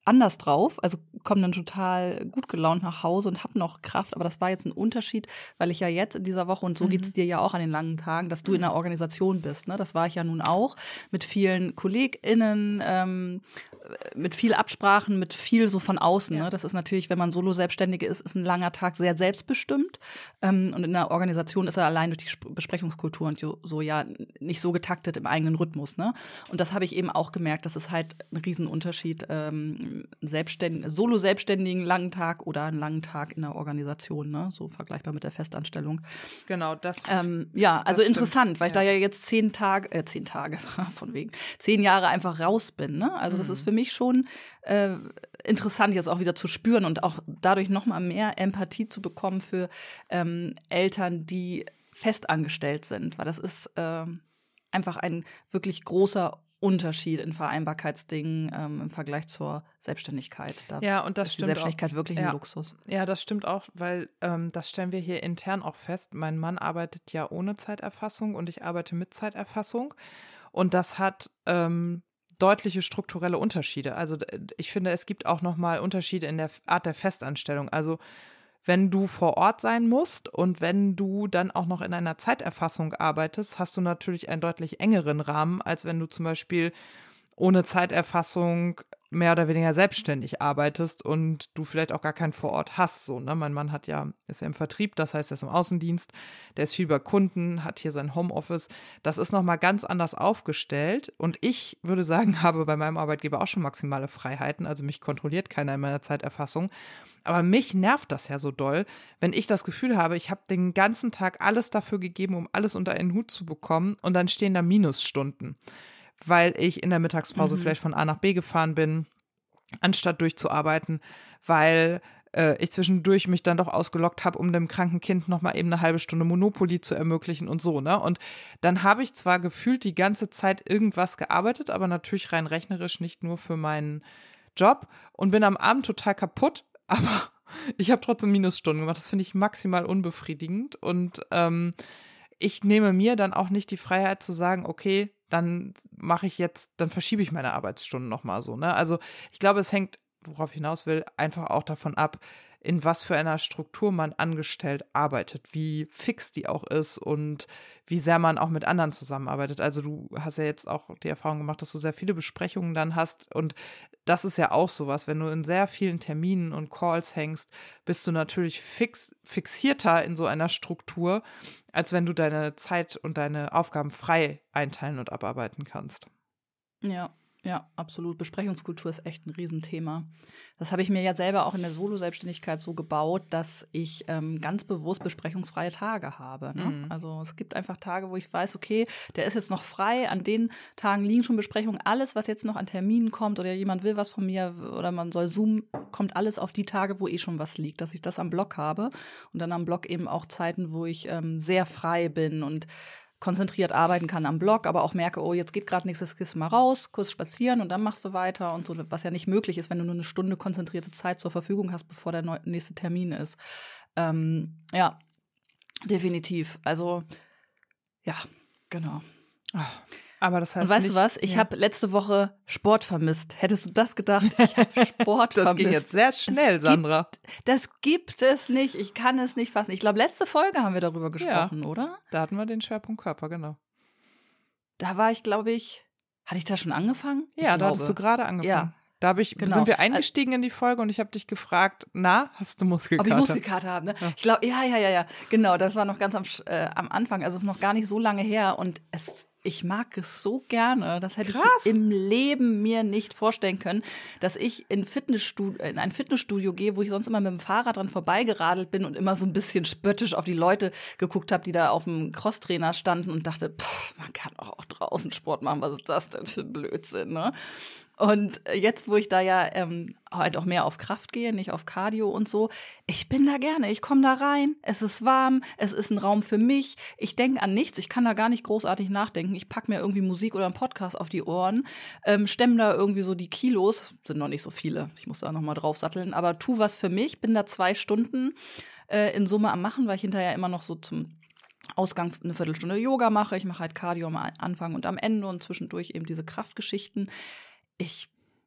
anders drauf, also komme dann total gut gelaunt nach Hause und habe noch Kraft, aber das war jetzt ein Unterschied, weil ich ja jetzt in dieser Woche, und so mhm. geht es dir ja auch an den langen Tagen, dass du mhm. in der Organisation bist, ne? Das war ich ja nun auch, mit vielen KollegInnen, ähm, mit viel Absprachen, mit viel so von außen, ja. ne? Das ist natürlich, wenn man Solo-Selbstständige ist, ist ein langer Tag sehr selbstbestimmt, ähm, und in der Organisation ist er allein durch die Besprechungskultur und so ja nicht so getaktet im eigenen Rhythmus, ne? Und das habe ich eben auch gemerkt, das ist halt ein Riesenunterschied, ähm, Selbstständ- Solo-Selbstständigen langen Tag oder einen langen Tag in der Organisation, ne? So vergleichbar mit der Festanstellung. Genau, das. Ähm, ja, also das interessant, stimmt. weil ich ja. da ja jetzt zehn Tage, äh, zehn Tage, von wegen, zehn Jahre einfach raus bin, ne? Also das mhm. ist für mich schon äh, interessant, jetzt auch wieder zu spüren und auch dadurch noch mal mehr Empathie zu bekommen für ähm, Eltern, die festangestellt sind, weil das ist äh, einfach ein wirklich großer Unterschied in Vereinbarkeitsdingen ähm, im Vergleich zur Selbstständigkeit. Da ja, und das ist stimmt die Selbstständigkeit auch. wirklich ja. ein Luxus. Ja, das stimmt auch, weil ähm, das stellen wir hier intern auch fest. Mein Mann arbeitet ja ohne Zeiterfassung und ich arbeite mit Zeiterfassung. Und das hat ähm, deutliche strukturelle Unterschiede. Also ich finde, es gibt auch noch mal Unterschiede in der Art der Festanstellung. Also wenn du vor Ort sein musst und wenn du dann auch noch in einer Zeiterfassung arbeitest, hast du natürlich einen deutlich engeren Rahmen, als wenn du zum Beispiel ohne Zeiterfassung mehr oder weniger selbstständig arbeitest und du vielleicht auch gar keinen vor Ort hast. So, ne? Mein Mann hat ja, ist ja im Vertrieb, das heißt, er ist im Außendienst, der ist viel bei Kunden, hat hier sein Homeoffice. Das ist nochmal ganz anders aufgestellt und ich würde sagen, habe bei meinem Arbeitgeber auch schon maximale Freiheiten, also mich kontrolliert keiner in meiner Zeiterfassung. Aber mich nervt das ja so doll, wenn ich das Gefühl habe, ich habe den ganzen Tag alles dafür gegeben, um alles unter einen Hut zu bekommen und dann stehen da Minusstunden, weil ich in der Mittagspause mhm. vielleicht von A nach B gefahren bin, anstatt durchzuarbeiten, weil äh, ich zwischendurch mich dann doch ausgelockt habe, um dem kranken Kind noch mal eben eine halbe Stunde Monopoly zu ermöglichen und so, ne? Und dann habe ich zwar gefühlt die ganze Zeit irgendwas gearbeitet, aber natürlich rein rechnerisch nicht nur für meinen Job und bin am Abend total kaputt, aber ich habe trotzdem Minusstunden gemacht. Das finde ich maximal unbefriedigend und ähm, ich nehme mir dann auch nicht die Freiheit zu sagen, okay, dann mache ich jetzt, dann verschiebe ich meine Arbeitsstunden nochmal so, ne? Also ich glaube, es hängt, worauf ich hinaus will, einfach auch davon ab, in was für einer Struktur man angestellt arbeitet, wie fix die auch ist und wie sehr man auch mit anderen zusammenarbeitet. Also du hast ja jetzt auch die Erfahrung gemacht, dass du sehr viele Besprechungen dann hast und das ist ja auch sowas, wenn du in sehr vielen Terminen und Calls hängst, bist du natürlich fix, fixierter in so einer Struktur, als wenn du deine Zeit und deine Aufgaben frei einteilen und abarbeiten kannst. Ja. Ja, absolut. Besprechungskultur ist echt ein Riesenthema. Das habe ich mir ja selber auch in der Solo-Selbstständigkeit so gebaut, dass ich ähm, ganz bewusst besprechungsfreie Tage habe. Ne? Mhm. Also es gibt einfach Tage, wo ich weiß, okay, der ist jetzt noch frei. An den Tagen liegen schon Besprechungen. Alles, was jetzt noch an Terminen kommt oder jemand will was von mir oder man soll zoomen, kommt alles auf die Tage, wo eh schon was liegt, dass ich das am Block habe. Und dann am Block eben auch Zeiten, wo ich ähm, sehr frei bin und konzentriert arbeiten kann am Blog, aber auch merke, oh, jetzt geht gerade nichts, jetzt gehst du mal raus, kurz spazieren und dann machst du weiter und so, was ja nicht möglich ist, wenn du nur eine Stunde konzentrierte Zeit zur Verfügung hast, bevor der neu- nächste Termin ist. Ähm, ja, definitiv. Also, ja, genau. Ach, aber das heißt und weißt nicht, du was? Ich ja. habe letzte Woche Sport vermisst. Hättest du das gedacht? Ich habe Sport das vermisst. ging jetzt sehr schnell, das Sandra. Gibt, das gibt es nicht. Ich kann es nicht fassen. Ich glaube, letzte Folge haben wir darüber gesprochen, ja, oder? Da hatten wir den Schwerpunkt Körper, genau. Da war ich, glaube ich, hatte ich da schon angefangen? Ja, ich da hattest du gerade angefangen. Ja. Da hab ich, genau. sind wir eingestiegen in die Folge und ich habe dich gefragt, na, hast du Muskelkater? Ob ich Muskelkater habe, ne? Ja. Ich glaube, ja, ja, ja, ja. Genau, das war noch ganz am, äh, am Anfang. Also es ist noch gar nicht so lange her und es ich mag es so gerne. Das hätte Krass. ich im Leben mir nicht vorstellen können, dass ich in, Fitnessstudio, in ein Fitnessstudio gehe, wo ich sonst immer mit dem Fahrrad dran vorbeigeradelt bin und immer so ein bisschen spöttisch auf die Leute geguckt habe, die da auf dem Crosstrainer standen und dachte, pff, man kann auch, auch draußen Sport machen. Was ist das denn für ein Blödsinn, ne? Und jetzt, wo ich da ja ähm, halt auch mehr auf Kraft gehe, nicht auf Cardio und so, ich bin da gerne, ich komme da rein, es ist warm, es ist ein Raum für mich, ich denke an nichts, ich kann da gar nicht großartig nachdenken, ich packe mir irgendwie Musik oder einen Podcast auf die Ohren, ähm, stemme da irgendwie so die Kilos, sind noch nicht so viele, ich muss da nochmal drauf satteln, aber tu was für mich, bin da zwei Stunden äh, in Summe am Machen, weil ich hinterher immer noch so zum Ausgang eine Viertelstunde Yoga mache, ich mache halt Cardio am Anfang und am Ende und zwischendurch eben diese Kraftgeschichten. Ich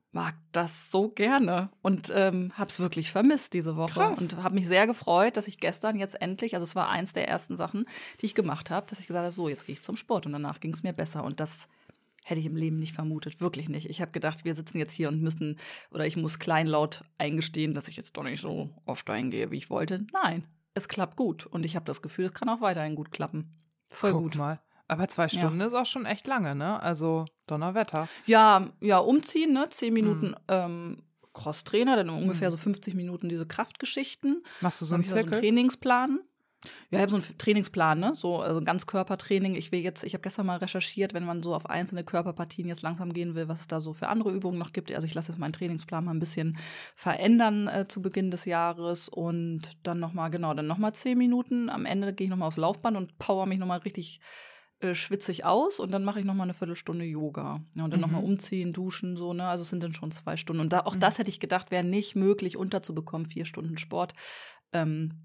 mag das so gerne und ähm, habe es wirklich vermisst diese Woche. Krass. Und habe mich sehr gefreut, dass ich gestern jetzt endlich, also es war eins der ersten Sachen, die ich gemacht habe, dass ich gesagt habe, so, jetzt gehe ich zum Sport und danach ging es mir besser. Und das hätte ich im Leben nicht vermutet, wirklich nicht. Ich habe gedacht, wir sitzen jetzt hier und müssen, oder ich muss kleinlaut eingestehen, dass ich jetzt doch nicht so oft eingehe, wie ich wollte. Nein, es klappt gut und ich habe das Gefühl, es kann auch weiterhin gut klappen. Voll Guck gut. mal. Aber zwei Stunden Ja. ist auch schon echt lange, ne? Also Donnerwetter. Ja, ja, umziehen, ne? Zehn Minuten Mhm. ähm, Crosstrainer, dann ungefähr so fünfzig Minuten diese Kraftgeschichten. Machst du so Dann einen habe ich da so einen Zirkel? Trainingsplan. Ja, ich habe so einen Trainingsplan, ne? So also Ganzkörpertraining. Ich will jetzt, ich habe gestern mal recherchiert, wenn man so auf einzelne Körperpartien jetzt langsam gehen will, was es da so für andere Übungen noch gibt. Also ich lasse jetzt meinen Trainingsplan mal ein bisschen verändern äh, zu Beginn des Jahres und dann nochmal, genau, dann nochmal zehn Minuten. Am Ende gehe ich nochmal aufs Laufband und power mich nochmal richtig äh, schwitzig aus und dann mache ich nochmal eine Viertelstunde Yoga. Ja, und dann Mhm. nochmal umziehen, duschen, so, ne? Also es sind dann schon zwei Stunden. Und da, auch Mhm. das hätte ich gedacht, wäre nicht möglich unterzubekommen, vier Stunden Sport. Ähm,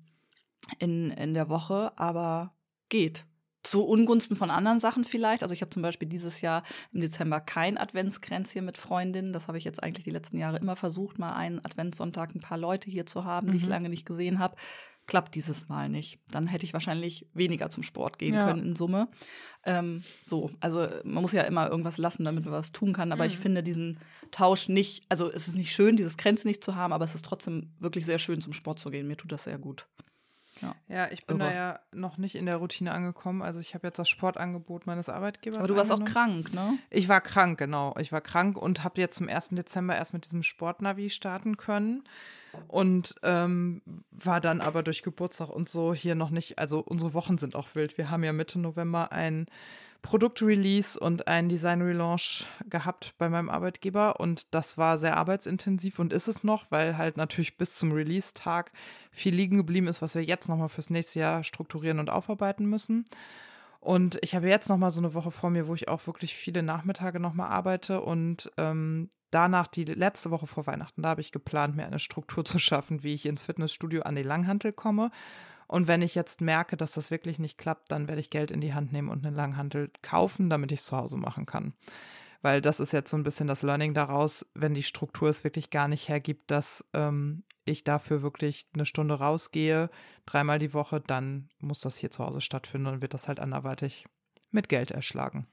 in, in der Woche, aber geht. Zu Ungunsten von anderen Sachen vielleicht. Also ich habe zum Beispiel dieses Jahr im Dezember kein Adventskränzchen mit Freundinnen. Das habe ich jetzt eigentlich die letzten Jahre immer versucht, mal einen Adventssonntag ein paar Leute hier zu haben, die ich Mhm. lange nicht gesehen habe. Klappt dieses Mal nicht. Dann hätte ich wahrscheinlich weniger zum Sport gehen Ja. können in Summe. Ähm, so, also man muss ja immer irgendwas lassen, damit man was tun kann. Aber Mhm. ich finde diesen Tausch nicht, also es ist nicht schön, dieses Kränzchen nicht zu haben, aber es ist trotzdem wirklich sehr schön, zum Sport zu gehen. Mir tut das sehr gut. Ja. Ja, ich bin Irre. da ja noch nicht in der Routine angekommen. Also ich habe jetzt das Sportangebot meines Arbeitgebers Aber du warst auch angenommen. krank, ne? Ich war krank, genau. Ich war krank und habe jetzt zum ersten Dezember erst mit diesem Sportnavi starten können und ähm, war dann aber durch Geburtstag und so hier noch nicht, also unsere Wochen sind auch wild. Wir haben ja Mitte November ein Produktrelease und ein Design-Relaunch gehabt bei meinem Arbeitgeber und das war sehr arbeitsintensiv und ist es noch, weil halt natürlich bis zum Release-Tag viel liegen geblieben ist, was wir jetzt nochmal fürs nächste Jahr strukturieren und aufarbeiten müssen. Und ich habe jetzt nochmal so eine Woche vor mir, wo ich auch wirklich viele Nachmittage nochmal arbeite und ähm, danach die letzte Woche vor Weihnachten, da habe ich geplant, mir eine Struktur zu schaffen, wie ich ins Fitnessstudio an die Langhantel komme. Und wenn ich jetzt merke, dass das wirklich nicht klappt, dann werde ich Geld in die Hand nehmen und eine Langhantel kaufen, damit ich es zu Hause machen kann. Weil das ist jetzt so ein bisschen das Learning daraus, wenn die Struktur es wirklich gar nicht hergibt, dass ähm, ich dafür wirklich eine Stunde rausgehe, dreimal die Woche, dann muss das hier zu Hause stattfinden und wird das halt anderweitig mit Geld erschlagen.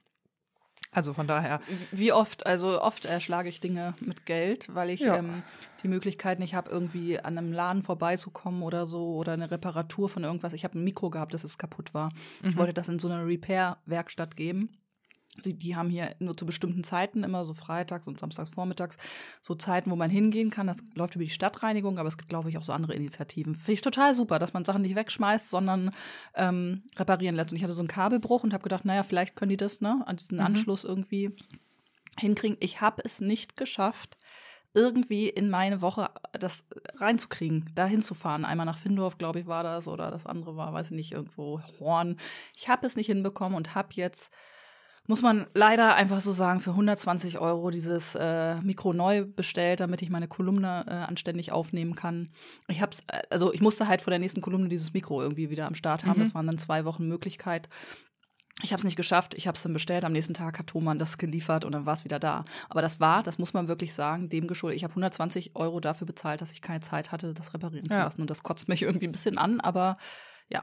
Also von daher. Wie oft, also oft erschlage ich Dinge mit Geld, weil ich Ja. ähm, die Möglichkeit nicht habe, irgendwie an einem Laden vorbeizukommen oder so oder eine Reparatur von irgendwas. Ich habe ein Mikro gehabt, das es kaputt war. Ich Mhm. wollte das in so eine Repair-Werkstatt geben. Die, die haben hier nur zu bestimmten Zeiten, immer so freitags und samstags vormittags, so Zeiten, wo man hingehen kann. Das läuft über die Stadtreinigung, aber es gibt, glaube ich, auch so andere Initiativen. Finde ich total super, dass man Sachen nicht wegschmeißt, sondern ähm, reparieren lässt. Und ich hatte so einen Kabelbruch und habe gedacht, naja, vielleicht können die das, ne, an diesen Mhm. Anschluss irgendwie hinkriegen. Ich habe es nicht geschafft, irgendwie in meine Woche das reinzukriegen, da hinzufahren. Einmal nach Findorf, glaube ich, war das, oder das andere war, weiß ich nicht, irgendwo Horn. Ich habe es nicht hinbekommen und habe jetzt, muss man leider einfach so sagen, für hundertzwanzig Euro dieses äh, Mikro neu bestellt, damit ich meine Kolumne äh, anständig aufnehmen kann. Ich hab's, also ich musste halt vor der nächsten Kolumne dieses Mikro irgendwie wieder am Start haben. Mhm. Das waren dann zwei Wochen Möglichkeit. Ich habe es nicht geschafft, ich habe es dann bestellt, am nächsten Tag hat Thomann das geliefert und dann war es wieder da. Aber das war, das muss man wirklich sagen, dem geschuldet. Ich habe hundertzwanzig Euro dafür bezahlt, dass ich keine Zeit hatte, das reparieren zu Ja. lassen. Und das kotzt mich irgendwie ein bisschen an, aber ja,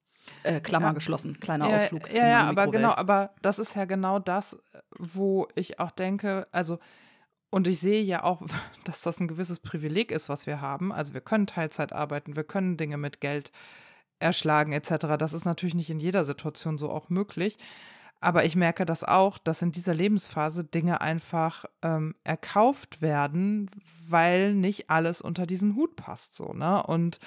äh, Klammer Ja. geschlossen, kleiner Ja, Ausflug. Ja, in ja, meine aber Mikrowelt. genau, aber das ist ja genau das, wo ich auch denke, also, und ich sehe ja auch, dass das ein gewisses Privileg ist, was wir haben. Also wir können Teilzeit arbeiten, wir können Dinge mit Geld erschlagen et cetera. Das ist natürlich nicht in jeder Situation so auch möglich. Aber ich merke das auch, dass in dieser Lebensphase Dinge einfach ähm, erkauft werden, weil nicht alles unter diesen Hut passt, so, ne? Und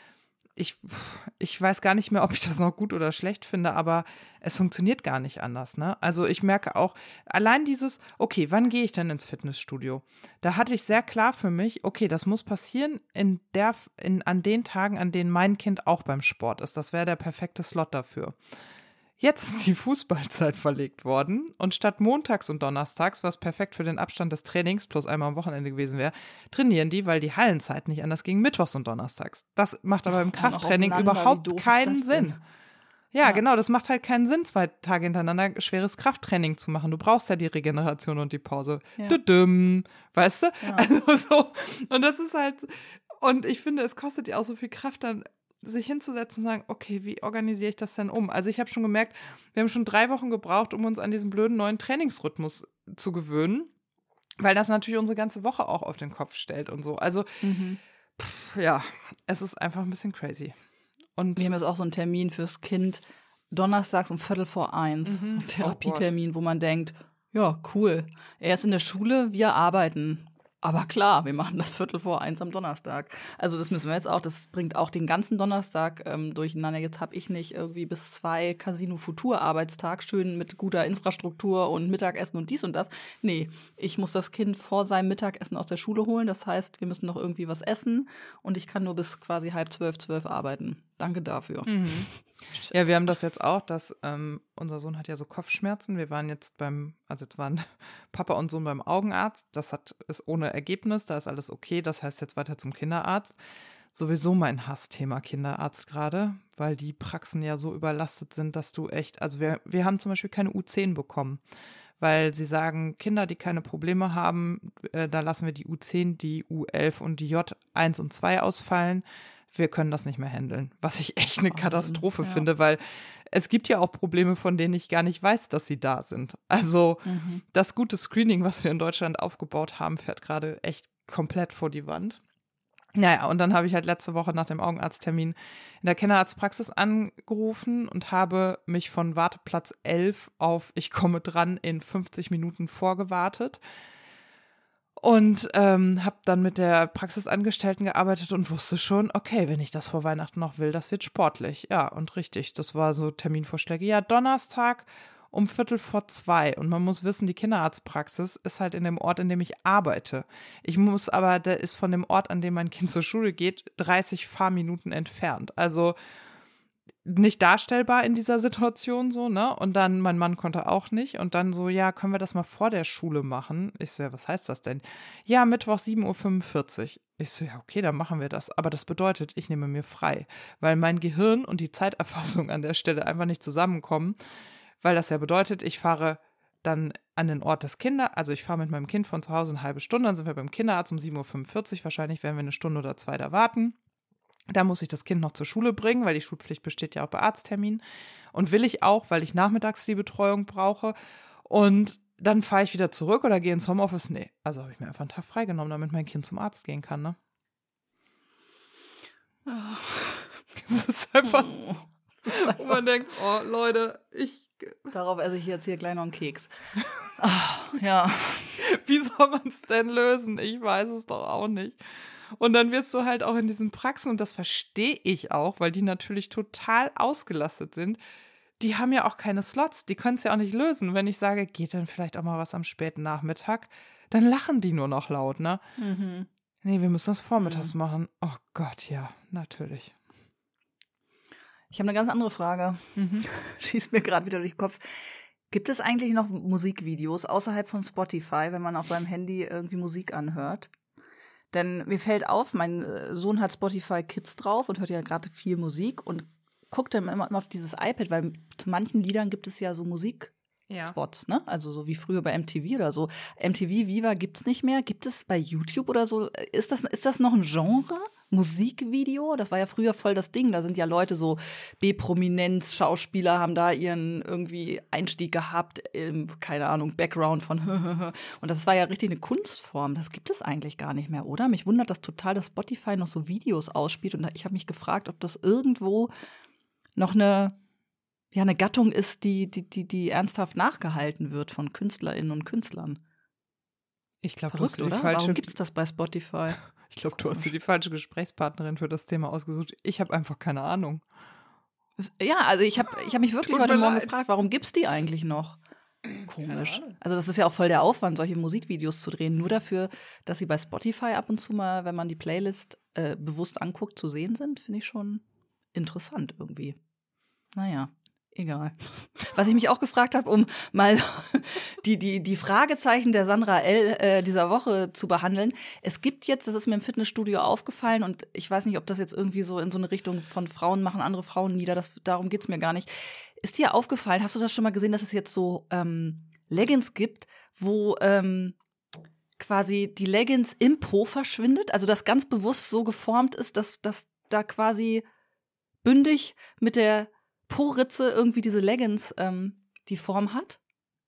ich, ich weiß gar nicht mehr, ob ich das noch gut oder schlecht finde, aber es funktioniert gar nicht anders, ne? Also ich merke auch, allein dieses, okay, wann gehe ich denn ins Fitnessstudio? Da hatte ich sehr klar für mich, okay, das muss passieren in der, in, an den Tagen, an denen mein Kind auch beim Sport ist. Das wäre der perfekte Slot dafür. Jetzt ist die Fußballzeit verlegt worden und statt montags und donnerstags, was perfekt für den Abstand des Trainings plus einmal am Wochenende gewesen wäre, trainieren die, weil die Hallenzeit nicht anders ging, mittwochs und donnerstags. Das macht aber im Auch noch Krafttraining aufeinander, wie überhaupt doof ist keinen das denn? Sinn. Ja, Ja. genau, das macht halt keinen Sinn, zwei Tage hintereinander schweres Krafttraining zu machen. Du brauchst ja die Regeneration und die Pause. Ja. Düdüm, weißt du? Ja. Also so, und das ist halt, und ich finde, es kostet ja auch so viel Kraft, dann sich hinzusetzen und sagen, okay, wie organisiere ich das denn um? Also ich habe schon gemerkt, wir haben schon drei Wochen gebraucht, um uns an diesen blöden neuen Trainingsrhythmus zu gewöhnen, weil das natürlich unsere ganze Woche auch auf den Kopf stellt und so. Also Mhm. pff, ja, es ist einfach ein bisschen crazy. Und Wir haben jetzt auch so einen Termin fürs Kind donnerstags um Viertel vor eins. Mhm. So ein Oh Therapietermin, wo man denkt, ja, cool. Er ist in der Schule, wir arbeiten. Aber klar, wir machen das Viertel vor eins am Donnerstag. Also das müssen wir jetzt auch, das bringt auch den ganzen Donnerstag ähm, durcheinander. Jetzt habe ich nicht irgendwie bis zwei Casino Futur Arbeitstag, schön mit guter Infrastruktur und Mittagessen und dies und das. Nee, ich muss das Kind vor seinem Mittagessen aus der Schule holen. Das heißt, wir müssen noch irgendwie was essen und ich kann nur bis quasi halb zwölf, zwölf arbeiten. Danke dafür. Mhm. Ja, wir haben das jetzt auch, dass ähm, unser Sohn hat ja so Kopfschmerzen. Wir waren jetzt beim, also jetzt waren Papa und Sohn beim Augenarzt. Das hat ist ohne Ergebnis, da ist alles okay. Das heißt jetzt weiter zum Kinderarzt. Sowieso mein Hassthema Kinderarzt gerade, weil die Praxen ja so überlastet sind, dass du echt, also wir, wir haben zum Beispiel keine U zehn bekommen, weil sie sagen, Kinder, die keine Probleme haben, äh, da lassen wir die U zehn, die U elf und die J eins und zwei ausfallen. Wir können das nicht mehr handeln, was ich echt eine Wahnsinn, Katastrophe ja. finde, weil es gibt ja auch Probleme, von denen ich gar nicht weiß, dass sie da sind. Also Mhm. das gute Screening, was wir in Deutschland aufgebaut haben, fährt gerade echt komplett vor die Wand. Naja, und dann habe ich halt letzte Woche nach dem Augenarzttermin in der Kinderarztpraxis angerufen und habe mich von Warteplatz elf auf ich komme dran in fünfzig Minuten vorgewartet. Und ähm, habe dann mit der Praxisangestellten gearbeitet und wusste schon, okay, wenn ich das vor Weihnachten noch will, das wird sportlich. Ja, und richtig, das war so Terminvorschläge. Ja, Donnerstag um Viertel vor zwei. Und man muss wissen, die Kinderarztpraxis ist halt in dem Ort, in dem ich arbeite. Ich muss aber, der ist von dem Ort, an dem mein Kind zur Schule geht, dreißig Fahrminuten entfernt. Also nicht darstellbar in dieser Situation so, ne? Und dann, mein Mann konnte auch nicht. Und dann so, ja, können wir das mal vor der Schule machen? Ich so, ja, was heißt das denn? Ja, Mittwoch sieben Uhr fünfundvierzig. Ich so, ja, okay, dann machen wir das. Aber das bedeutet, ich nehme mir frei. Weil mein Gehirn und die Zeiterfassung an der Stelle einfach nicht zusammenkommen. Weil das ja bedeutet, ich fahre dann an den Ort des Kinder, also ich fahre mit meinem Kind von zu Hause eine halbe Stunde, dann sind wir beim Kinderarzt um sieben Uhr fünfundvierzig. Wahrscheinlich werden wir eine Stunde oder zwei da warten. Da muss ich das Kind noch zur Schule bringen, weil die Schulpflicht besteht ja auch bei Arztterminen. Und will ich auch, weil ich nachmittags die Betreuung brauche. Und dann fahre ich wieder zurück oder gehe ins Homeoffice. Nee, also habe ich mir einfach einen Tag freigenommen, damit mein Kind zum Arzt gehen kann, ne? Es ist einfach, wo man denkt, oh Leute, ich, Darauf esse ich jetzt hier gleich noch einen Keks. Ah, ja. wie soll man es denn lösen? Ich weiß es doch auch nicht. Und dann wirst du halt auch in diesen Praxen, und das verstehe ich auch, weil die natürlich total ausgelastet sind, die haben ja auch keine Slots, die können es ja auch nicht lösen. Wenn ich sage, geht dann vielleicht auch mal was am späten Nachmittag, dann lachen die nur noch laut, ne? Mhm. Nee, wir müssen das vormittags Mhm. machen. Oh Gott, ja, natürlich. Ich habe eine ganz andere Frage. Mhm. Schießt mir gerade wieder durch den Kopf. Gibt es eigentlich noch Musikvideos außerhalb von Spotify, wenn man auf seinem Handy irgendwie Musik anhört? Denn mir fällt auf, mein äh, Sohn hat Spotify Kids drauf und hört ja gerade viel Musik und guckt dann immer, immer auf dieses iPad, weil zu manchen Liedern gibt es ja so Musikspots, ne? Also so wie früher bei M T V oder so. M T V Viva gibt es nicht mehr. Gibt es bei YouTube oder so? Ist das, ist das noch ein Genre? Musikvideo? Das war ja früher voll das Ding. Da sind ja Leute so B-Prominenz, Schauspieler haben da ihren irgendwie Einstieg gehabt, im, keine Ahnung, Background von und das war ja richtig eine Kunstform. Das gibt es eigentlich gar nicht mehr, oder? Mich wundert das total, dass Spotify noch so Videos ausspielt und ich habe mich gefragt, ob das irgendwo noch eine, ja, eine Gattung ist, die, die, die, die ernsthaft nachgehalten wird von KünstlerInnen und Künstlern. Ich glaube, Verrückt, du hast dir die oder? falsche, Warum gibt es das bei Spotify? ich glaube, du hast dir die falsche Gesprächspartnerin für das Thema ausgesucht. Ich habe einfach keine Ahnung. Das, ja, also ich habe ich hab mich wirklich Tut heute mir Morgen leid. gefragt, warum gibt's die eigentlich noch? Komisch. Also das ist ja auch voll der Aufwand, solche Musikvideos zu drehen. Nur dafür, dass sie bei Spotify ab und zu mal, wenn man die Playlist äh, bewusst anguckt, zu sehen sind, finde ich schon interessant irgendwie. Naja. Egal. Was ich mich auch gefragt habe, um mal die, die, die Fragezeichen der Sandra L. Äh, dieser Woche zu behandeln. Es gibt jetzt, das ist mir im Fitnessstudio aufgefallen und ich weiß nicht, ob das jetzt irgendwie so in so eine Richtung von Frauen machen andere Frauen nieder, das, darum geht's mir gar nicht. Ist dir aufgefallen, hast du das schon mal gesehen, dass es jetzt so ähm, Leggings gibt, wo ähm, quasi die Leggings im Po verschwindet? Also das ganz bewusst so geformt ist, dass, dass da quasi bündig mit der Po-Ritze irgendwie diese Leggings ähm, die Form hat?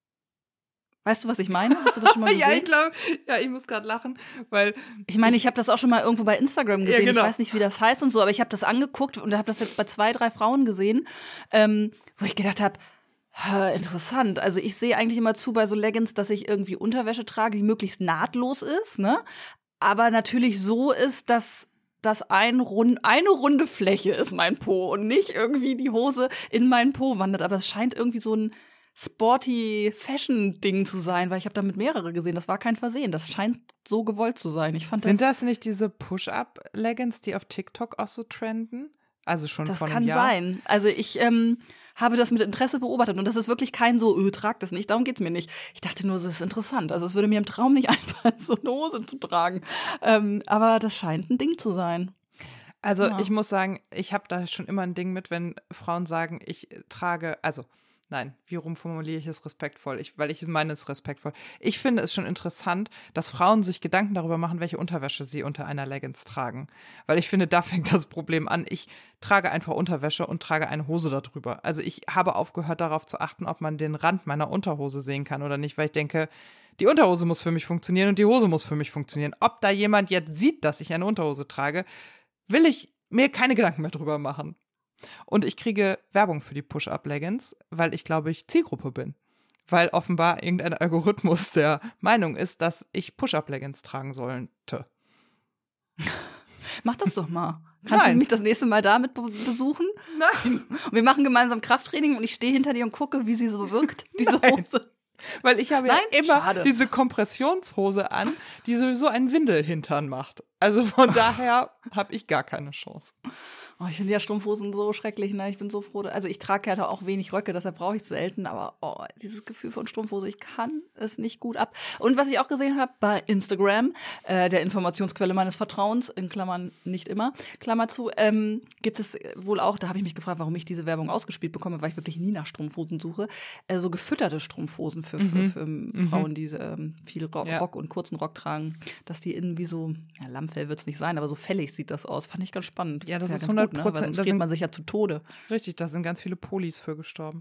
Weißt du, was ich meine? Hast du das schon mal gesehen? Ja, ich glaube, ja, ich muss gerade lachen, weil ich meine, ich habe das auch schon mal irgendwo bei Instagram gesehen. Ja, genau. Ich weiß nicht, wie das heißt und so, aber ich habe das angeguckt und habe das jetzt bei zwei, drei Frauen gesehen, ähm, wo ich gedacht habe, interessant. Also ich sehe eigentlich immer zu bei so Leggings, dass ich irgendwie Unterwäsche trage, die möglichst nahtlos ist, ne? Aber natürlich so ist, dass das ein rund, eine runde Fläche ist mein Po und nicht irgendwie die Hose in meinen Po wandert. Aber es scheint irgendwie so ein sporty Fashion-Ding zu sein, weil ich habe damit mehrere gesehen. Das war kein Versehen. Das scheint so gewollt zu sein. Ich fand Sind das, das nicht diese Push-Up-Leggings, die auf TikTok auch so trenden? Also schon das vor einem kann Jahr? sein. Also ich ähm, habe das mit Interesse beobachtet und das ist wirklich kein so, öh, trag das nicht, darum geht's mir nicht. Ich dachte nur, das ist interessant. Also es würde mir im Traum nicht einfallen, so eine Hose zu tragen. Ähm, aber das scheint ein Ding zu sein. Also Ja. ich muss sagen, ich habe da schon immer ein Ding mit, wenn Frauen sagen, ich trage, also nein, wie rum formuliere ich es respektvoll? Ich, weil ich meine es respektvoll. Ich finde es schon interessant, dass Frauen sich Gedanken darüber machen, welche Unterwäsche sie unter einer Leggings tragen. Weil ich finde, da fängt das Problem an. Ich trage einfach Unterwäsche und trage eine Hose darüber. Also ich habe aufgehört, darauf zu achten, ob man den Rand meiner Unterhose sehen kann oder nicht, weil ich denke, die Unterhose muss für mich funktionieren und die Hose muss für mich funktionieren. Ob da jemand jetzt sieht, dass ich eine Unterhose trage, will ich mir keine Gedanken mehr drüber machen. Und ich kriege Werbung für die Push-Up-Leggings, weil ich glaube, ich Zielgruppe bin. Weil offenbar irgendein Algorithmus der Meinung ist, dass ich Push-Up-Leggings tragen sollte. Mach das doch mal. Kannst Nein. du mich das nächste Mal damit be- besuchen? Nein. Und wir machen gemeinsam Krafttraining und ich stehe hinter dir und gucke, wie sie so wirkt, diese Nein. Hose. Weil ich habe Nein? ja immer Schade. diese Kompressionshose an, die sowieso einen Windelhintern macht. Also von daher habe ich gar keine Chance. Oh, ich finde ja Strumpfhosen so schrecklich, ne? Ich bin so froh. Also ich trage ja auch wenig Röcke, deshalb brauche ich es selten. Aber oh, dieses Gefühl von Strumpfhose, ich kann es nicht gut ab. Und was ich auch gesehen habe bei Instagram, äh, der Informationsquelle meines Vertrauens, in Klammern nicht immer, Klammer zu, ähm, gibt es wohl auch, da habe ich mich gefragt, warum ich diese Werbung ausgespielt bekomme, weil ich wirklich nie nach Strumpfhosen suche, äh, so gefütterte Strumpfhosen für, für, Mhm. für Mhm. Frauen, die ähm, viel Rock, Ja. Rock und kurzen Rock tragen, dass die innen wie so, ja, Lammfell wird es nicht sein, aber so fällig sieht das aus. Fand ich ganz spannend. Ja, das ist ganz hundert gut, ne? Prozent, Weil sonst das geht sind- man sich ja zu Tode. Richtig, da sind ganz viele Polis für gestorben.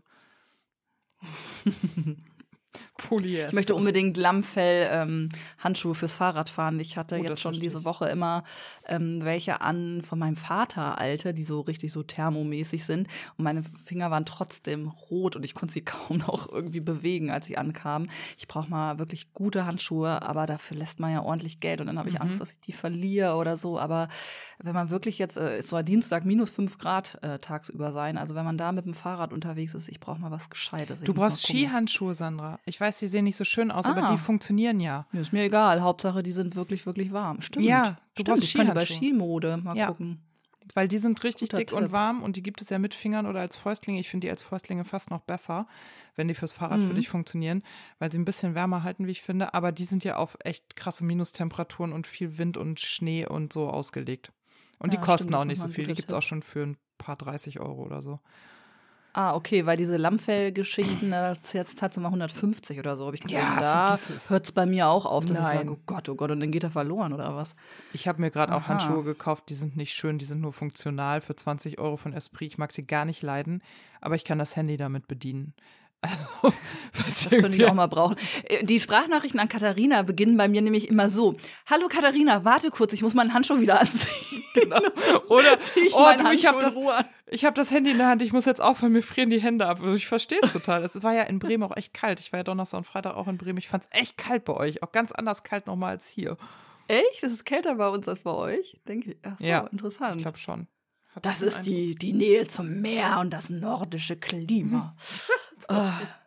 Polyester. Ich möchte unbedingt Lammfell ähm, Handschuhe fürs Fahrradfahren. Ich hatte Oh, jetzt das schon verstehe diese ich. Woche immer ähm, welche an von meinem Vater alte, die so richtig so thermomäßig sind. Und meine Finger waren trotzdem rot und ich konnte sie kaum noch irgendwie bewegen, als sie ankamen. Ich brauche mal wirklich gute Handschuhe, aber dafür lässt man ja ordentlich Geld und dann habe ich Mhm. Angst, dass ich die verliere oder so. Aber wenn man wirklich jetzt, äh, es soll Dienstag minus fünf Grad äh, tagsüber sein, also wenn man da mit dem Fahrrad unterwegs ist, ich brauche mal was Gescheites. Ich Du muss mal brauchst gucken. Skihandschuhe, Sandra. Ich weiß, die sehen nicht so schön aus, Ah. aber die funktionieren ja. Ja, ist mir egal. Hauptsache, die sind wirklich, wirklich warm. Stimmt. Ja, du Stimmt. brauchst Ich könnte bei Skihandschuhe. Skimode mal Ja. gucken. Weil die sind richtig Guter dick und Tipp. warm und die gibt es ja mit Fingern oder als Fäustlinge. Ich finde die als Fäustlinge fast noch besser, wenn die fürs Fahrrad für Mhm. dich funktionieren, weil sie ein bisschen wärmer halten, wie ich finde. Aber die sind ja auf echt krasse Minustemperaturen und viel Wind und Schnee und so ausgelegt. Und die Ja, kosten stimmt, das auch ist nicht so nochmal ein viel. Die guter gibt es Tipp. auch schon für ein paar dreißig Euro oder so. Ah, okay, weil diese Lammfell-Geschichten, da jetzt hat sie mal hundertfünfzig oder so, habe ich gesehen. Ja, da vergiss es. hört es bei mir auch auf, dass ich Nein. sage, oh Gott, oh Gott, und dann geht er verloren oder was? Ich habe mir gerade auch Aha. Handschuhe gekauft, die sind nicht schön, die sind nur funktional für zwanzig Euro von Esprit. Ich mag sie gar nicht leiden, aber ich kann das Handy damit bedienen. Also, Das könnte ich auch mal brauchen. Äh, Die Sprachnachrichten an Katharina beginnen bei mir nämlich immer so. Hallo Katharina, warte kurz, ich muss meinen Handschuh wieder anziehen. Genau. Oder, Zieh ich oh, meinen du, ich habe Handschuh in das, Ruhe an. ich hab das Handy in der Hand, ich muss jetzt aufhören, mir frieren die Hände ab. Also ich verstehe es total. Es war ja in Bremen auch echt kalt. Ich war ja Donnerstag und Freitag auch in Bremen. Ich fand es echt kalt bei euch. Auch ganz anders kalt nochmal als hier. Echt? Das ist kälter bei uns als bei euch? Denke ich. Ach so, Ja, interessant. Ich glaube schon. Hat Das den ist die, die Nähe zum Meer und das nordische Klima. äh,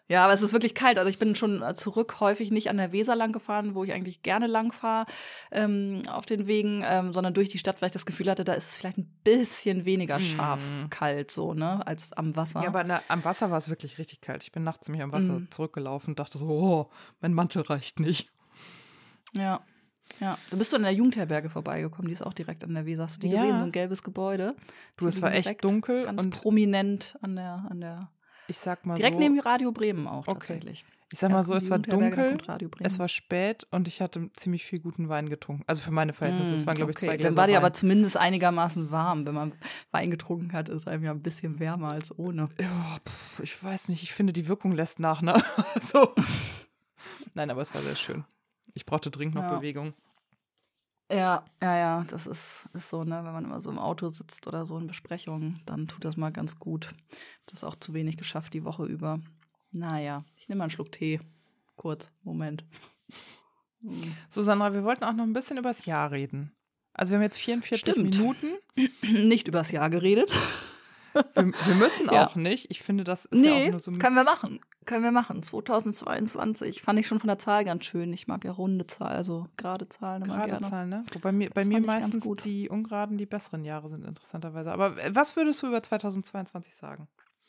Ja, aber es ist wirklich kalt. Also ich bin schon zurück häufig nicht an der Weser lang gefahren, wo ich eigentlich gerne lang fahre ähm, auf den Wegen, ähm, sondern durch die Stadt, weil ich das Gefühl hatte, da ist es vielleicht ein bisschen weniger scharf Mm. kalt so, ne, als am Wasser. Ja, aber na, am Wasser war es wirklich richtig kalt. Ich bin nachts nämlich am Wasser Mm. zurückgelaufen und dachte so, oh, mein Mantel reicht nicht. Ja, ja. Da bist du an der Jugendherberge vorbeigekommen, die ist auch direkt an der Weser. Hast du die Ja. gesehen, so ein gelbes Gebäude? Du, Die es war liegen echt direkt dunkel ganz und prominent an der, an der ich sag mal direkt so, neben Radio Bremen auch Okay. tatsächlich. ich sag mal Erst so, kommt es die war Jugendherberge, dann dunkel, kommt Radio Bremen. es war spät und ich hatte ziemlich viel guten Wein getrunken. Also für meine Verhältnisse, es waren glaube ich okay. zwei Gläser Dann war die Wein. aber zumindest einigermaßen warm. Wenn man Wein getrunken hat, ist einem ja ein bisschen wärmer als ohne. Ja, pff, ich weiß nicht, ich finde, die Wirkung lässt nach, ne? so. Nein, aber es war sehr schön. Ich brauchte dringend noch Ja. Bewegung. Ja, ja, ja, das ist, ist so, ne, wenn man immer so im Auto sitzt oder so in Besprechungen, dann tut das mal ganz gut. Das ist auch zu wenig geschafft die Woche über. Naja, ich nehme mal einen Schluck Tee. Kurz, Moment. Hm. So, Sandra, wir wollten auch noch ein bisschen über das Jahr reden. Also wir haben jetzt vierundvierzig Stimmt. Minuten. Nicht übers Jahr geredet. Wir, wir müssen Ja. auch nicht. Ich finde, das ist ja Nee, auch nur so. können wir machen. Können wir machen. zweitausendzweiundzwanzig fand ich schon von der Zahl ganz schön. Ich mag ja runde Zahlen, also gerade Zahlen immer Gerade gerne. Zahlen, ne? Wobei mir, bei Das mir fand ich ganz meistens gut. die ungeraden die besseren Jahre sind, interessanterweise. Aber was würdest du über zweitausendzweiundzwanzig sagen?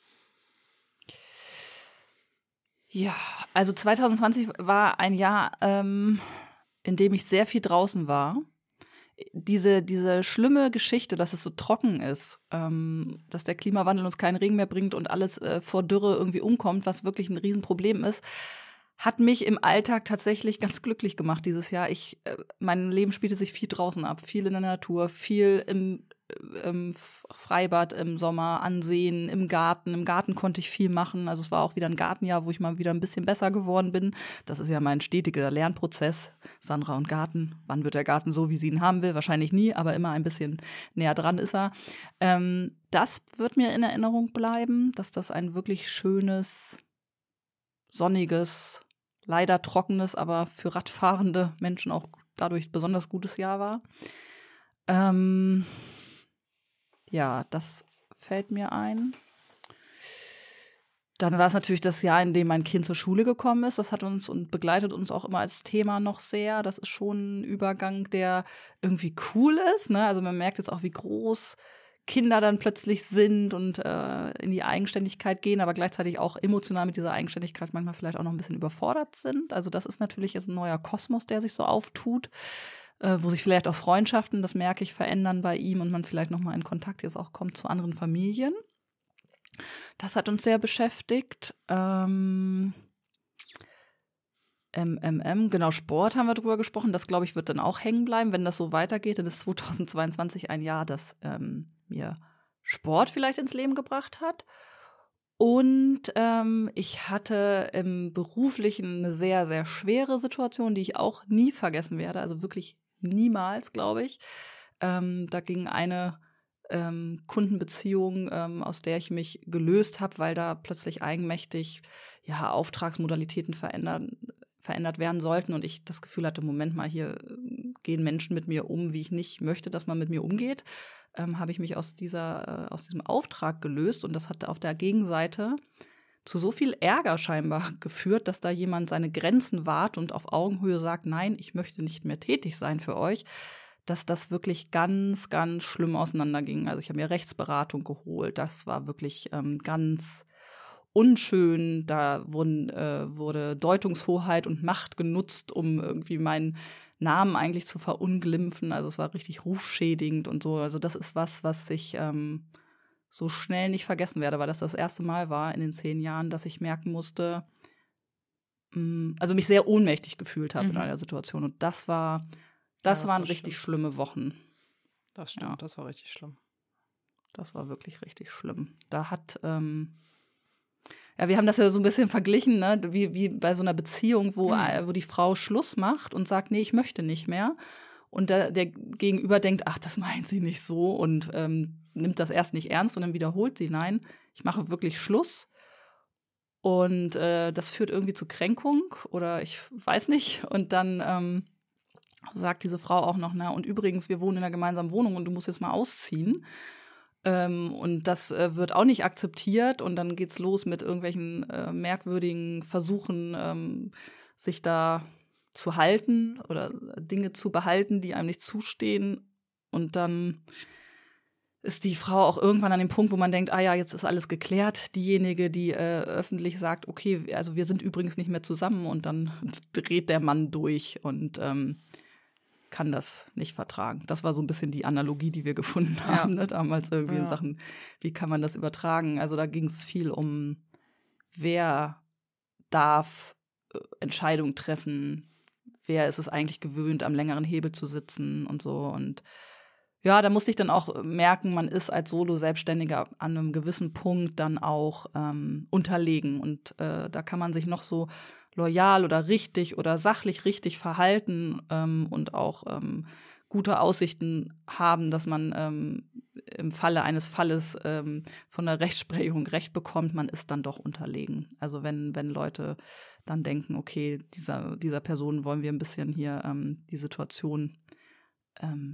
Ja, also zweitausendzwanzig war ein Jahr, ähm, in dem ich sehr viel draußen war. Diese, diese schlimme Geschichte, dass es so trocken ist, ähm, dass der Klimawandel uns keinen Regen mehr bringt und alles äh, vor Dürre irgendwie umkommt, was wirklich ein Riesenproblem ist, hat mich im Alltag tatsächlich ganz glücklich gemacht dieses Jahr. Ich, äh, mein Leben spielte sich viel draußen ab, viel in der Natur, viel im, äh, im Freibad im Sommer, ansehen, im Garten. Im Garten konnte ich viel machen. Also es war auch wieder ein Gartenjahr, wo ich mal wieder ein bisschen besser geworden bin. Das ist ja mein stetiger Lernprozess. Sandra und Garten. Wann wird der Garten so, wie sie ihn haben will? Wahrscheinlich nie, aber immer ein bisschen näher dran ist er. Ähm, das wird mir in Erinnerung bleiben, dass das ein wirklich schönes, sonniges, leider trockenes, aber für radfahrende Menschen auch dadurch besonders gutes Jahr war. Ähm, ja, das fällt mir ein. Dann war es natürlich das Jahr, in dem mein Kind zur Schule gekommen ist. Das hat uns und begleitet uns auch immer als Thema noch sehr. Das ist schon ein Übergang, der irgendwie cool ist, ne? Also man merkt jetzt auch, wie groß Kinder dann plötzlich sind und äh, in die Eigenständigkeit gehen, aber gleichzeitig auch emotional mit dieser Eigenständigkeit manchmal vielleicht auch noch ein bisschen überfordert sind. Also das ist natürlich jetzt ein neuer Kosmos, der sich so auftut, äh, wo sich vielleicht auch Freundschaften, das merke ich, verändern bei ihm und man vielleicht noch mal in Kontakt jetzt auch kommt zu anderen Familien. Das hat uns sehr beschäftigt. Ähm, M M M, genau, Sport haben wir drüber gesprochen. Das, glaube ich, wird dann auch hängen bleiben. Wenn das so weitergeht, dann ist zweitausendzweiundzwanzig ein Jahr, das ähm, mir Sport vielleicht ins Leben gebracht hat. Und ähm, ich hatte im Beruflichen eine sehr, sehr schwere Situation, die ich auch nie vergessen werde. Also wirklich niemals, glaube ich. Ähm, da ging eine ähm, Kundenbeziehung, ähm, aus der ich mich gelöst habe, weil da plötzlich eigenmächtig ja, Auftragsmodalitäten verändern, verändert werden sollten und ich das Gefühl hatte, Moment mal, hier äh, gehen Menschen mit mir um, wie ich nicht möchte, dass man mit mir umgeht, ähm, habe ich mich aus dieser, äh, aus diesem Auftrag gelöst und das hat auf der Gegenseite zu so viel Ärger scheinbar geführt, dass da jemand seine Grenzen wahrt und auf Augenhöhe sagt, nein, ich möchte nicht mehr tätig sein für euch, dass das wirklich ganz, ganz schlimm auseinanderging. Also ich habe mir Rechtsberatung geholt, das war wirklich ähm, ganz unschön, da wurden, äh, wurde Deutungshoheit und Macht genutzt, um irgendwie meinen Namen eigentlich zu verunglimpfen. Also es war richtig rufschädigend und so. Also das ist was, was ich ähm, so schnell nicht vergessen werde, weil das das erste Mal war in den zehn Jahren, dass ich merken musste, mh, also mich sehr ohnmächtig gefühlt habe Mhm. in einer Situation. Und das war, das, Ja, das waren war richtig schlimm. schlimme Wochen. Das stimmt, Ja. das war richtig schlimm. Das war wirklich richtig schlimm. Da hat, ähm, ja, wir haben das ja so ein bisschen verglichen, ne? wie, wie bei so einer Beziehung, wo, Mhm. äh, wo die Frau Schluss macht und sagt, nee, ich möchte nicht mehr. Und der, der Gegenüber denkt, ach, das meint sie nicht so und ähm, nimmt das erst nicht ernst und dann wiederholt sie, nein, ich mache wirklich Schluss. Und äh, das führt irgendwie zu Kränkung oder ich weiß nicht. Und dann ähm, sagt diese Frau auch noch, na, und übrigens, wir wohnen in einer gemeinsamen Wohnung und du musst jetzt mal ausziehen. Ähm, und das äh, wird auch nicht akzeptiert. Und dann geht's los mit irgendwelchen äh, merkwürdigen Versuchen, ähm, sich da zu halten oder Dinge zu behalten, die einem nicht zustehen. Und dann ist die Frau auch irgendwann an dem Punkt, wo man denkt, ah ja, jetzt ist alles geklärt. Diejenige, die äh, öffentlich sagt, okay, also wir sind übrigens nicht mehr zusammen, und dann dreht der Mann durch und ähm, kann das nicht vertragen. Das war so ein bisschen die Analogie, die wir gefunden haben, ja. ne, damals irgendwie ja. in Sachen, wie kann man das übertragen? Also da ging es viel um, wer darf äh, Entscheidungen treffen, wer ist es eigentlich gewöhnt, am längeren Hebel zu sitzen und so. Und ja, da musste ich dann auch merken, man ist als Solo-Selbstständiger an einem gewissen Punkt dann auch ähm, unterlegen. Und äh, da kann man sich noch so loyal oder richtig oder sachlich richtig verhalten ähm, und auch ähm, gute Aussichten haben, dass man ähm, im Falle eines Falles ähm, von der Rechtsprechung Recht bekommt, man ist dann doch unterlegen. Also wenn, wenn Leute dann denken, okay, dieser, dieser Person wollen wir ein bisschen hier ähm, die Situation ähm,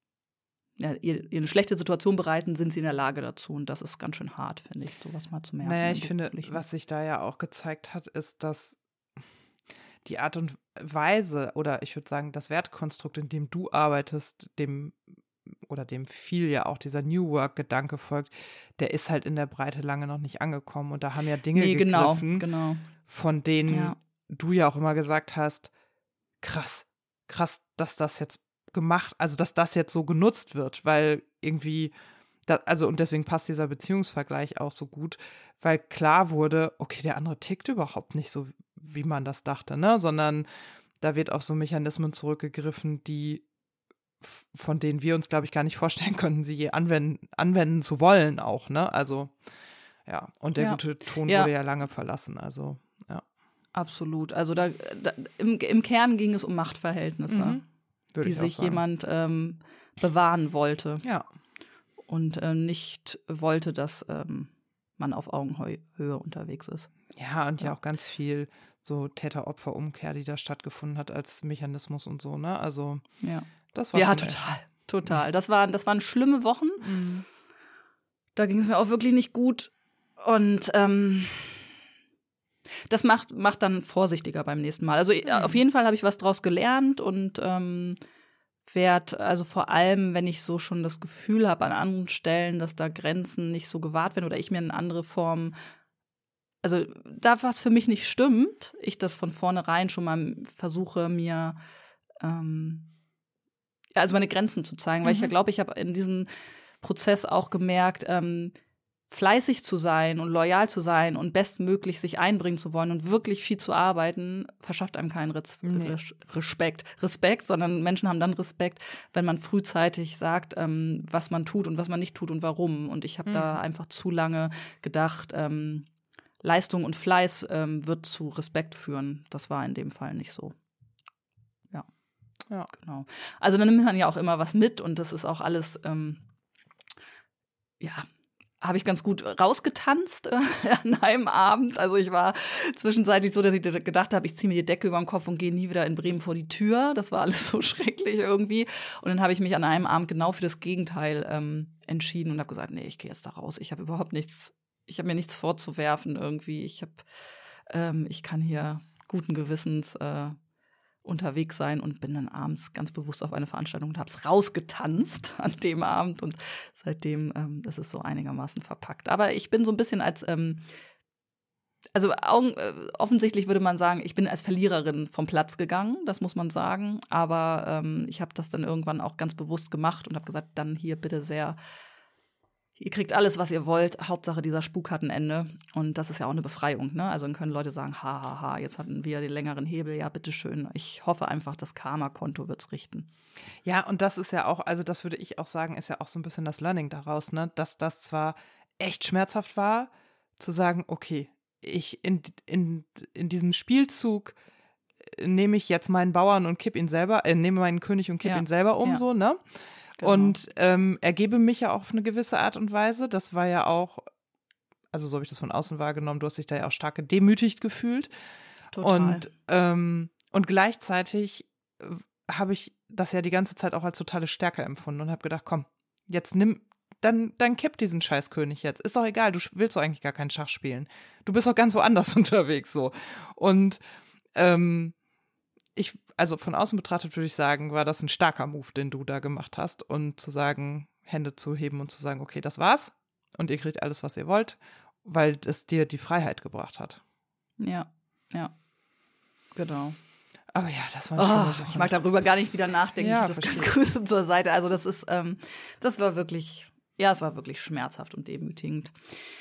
ja, ihr, ihr eine schlechte Situation bereiten, sind sie in der Lage dazu. Und das ist ganz schön hart, finde ich, sowas mal zu merken. Naja, ich finde, was sich da ja auch gezeigt hat, ist, dass die Art und Weise oder ich würde sagen, das Wertkonstrukt, in dem du arbeitest, dem oder dem viel ja auch dieser New Work-Gedanke folgt, der ist halt in der Breite lange noch nicht angekommen. Und da haben ja Dinge nee, gegriffen, genau, genau. von denen ja. du ja auch immer gesagt hast, krass, krass, dass das jetzt gemacht, also dass das jetzt so genutzt wird, weil irgendwie, das, also und deswegen passt dieser Beziehungsvergleich auch so gut, weil klar wurde, okay, der andere tickt überhaupt nicht so, wie man das dachte, ne, sondern da wird auf so Mechanismen zurückgegriffen, die von denen wir uns, glaube ich, gar nicht vorstellen könnten, sie je anwenden, anwenden zu wollen auch, ne, also ja, und der ja. gute Ton ja. wurde ja lange verlassen, also ja. Absolut, also da, da im, im Kern ging es um Machtverhältnisse. Mhm. die sich sagen. jemand ähm, bewahren wollte. Ja. Und äh, nicht wollte, dass ähm, man auf Augenhöhe unterwegs ist. Ja, und ja, ja auch ganz viel so Täter-Opfer-Umkehr, die da stattgefunden hat als Mechanismus und so, ne? Also ja, das war ja schon total, echt. total. Das waren, das waren schlimme Wochen. Mhm. Da ging es mir auch wirklich nicht gut. Und ähm, das macht, macht dann vorsichtiger beim nächsten Mal. Also mhm. auf jeden Fall habe ich was draus gelernt und ähm, werde, also vor allem, wenn ich so schon das Gefühl habe an anderen Stellen, dass da Grenzen nicht so gewahrt werden oder ich mir eine andere Form, also da was für mich nicht stimmt, ich das von vornherein schon mal versuche, mir ähm, also meine Grenzen zu zeigen, weil mhm. ich ja glaube, ich habe in diesem Prozess auch gemerkt, ähm, fleißig zu sein und loyal zu sein und bestmöglich sich einbringen zu wollen und wirklich viel zu arbeiten, verschafft einem keinen Res- nee. Respekt, Respekt, sondern Menschen haben dann Respekt, wenn man frühzeitig sagt, ähm, was man tut und was man nicht tut und warum. Und ich habe mhm. da einfach zu lange gedacht, ähm, Leistung und Fleiß ähm, wird zu Respekt führen. Das war in dem Fall nicht so. Ja, ja. genau. Also dann nimmt man ja auch immer was mit und das ist auch alles, ähm, ja, habe ich ganz gut rausgetanzt äh, an einem Abend. Also ich war zwischenzeitlich so, dass ich gedacht habe, ich ziehe mir die Decke über den Kopf und gehe nie wieder in Bremen vor die Tür. Das war alles so schrecklich irgendwie. Und dann habe ich mich an einem Abend genau für das Gegenteil ähm, entschieden und habe gesagt, nee, ich gehe jetzt da raus. Ich habe überhaupt nichts, ich habe mir nichts vorzuwerfen irgendwie. Ich habe, ähm, ich kann hier guten Gewissens äh, unterwegs sein und bin dann abends ganz bewusst auf eine Veranstaltung und habe es rausgetanzt an dem Abend und seitdem ähm, ist es so einigermaßen verpackt. Aber ich bin so ein bisschen als, ähm, also Augen, äh, offensichtlich würde man sagen, ich bin als Verliererin vom Platz gegangen, das muss man sagen, aber ähm, ich habe das dann irgendwann auch ganz bewusst gemacht und habe gesagt, dann hier bitte sehr, ihr kriegt alles, was ihr wollt. Hauptsache, dieser Spuk hat ein Ende. Und das ist ja auch eine Befreiung, ne? Also dann können Leute sagen, ha, ha, ha, jetzt hatten wir den längeren Hebel. Ja, bitteschön. Ich hoffe einfach, das Karma-Konto wird's richten. Ja, und das ist ja auch, also das würde ich auch sagen, ist ja auch so ein bisschen das Learning daraus, ne? Dass das zwar echt schmerzhaft war, zu sagen, okay, ich in, in, in diesem Spielzug nehme ich jetzt meinen Bauern und kipp ihn selber, äh, nehme meinen König und kipp ja. ihn selber um, ja. so, ne? Genau. Und ähm, ergebe mich ja auch auf eine gewisse Art und Weise. Das war ja auch, also so habe ich das von außen wahrgenommen, du hast dich da ja auch stark gedemütigt gefühlt. Total. Und, ähm, und gleichzeitig habe ich das ja die ganze Zeit auch als totale Stärke empfunden und habe gedacht, komm, jetzt nimm, dann, dann kipp diesen Scheißkönig jetzt. Ist doch egal, du willst doch eigentlich gar keinen Schach spielen. Du bist doch ganz woanders unterwegs so. Und ähm, ich, also von außen betrachtet würde ich sagen, war das ein starker Move, den du da gemacht hast. Und zu sagen, Hände zu heben und zu sagen, okay, das war's. Und ihr kriegt alles, was ihr wollt, weil es dir die Freiheit gebracht hat. Ja, ja, genau. Aber ja, das war oh, ich mag darüber gar nicht wieder nachdenken. Ja, ich das ganz gut zur Seite. Also das ist, ähm, das war wirklich, ja, es war wirklich schmerzhaft und demütigend.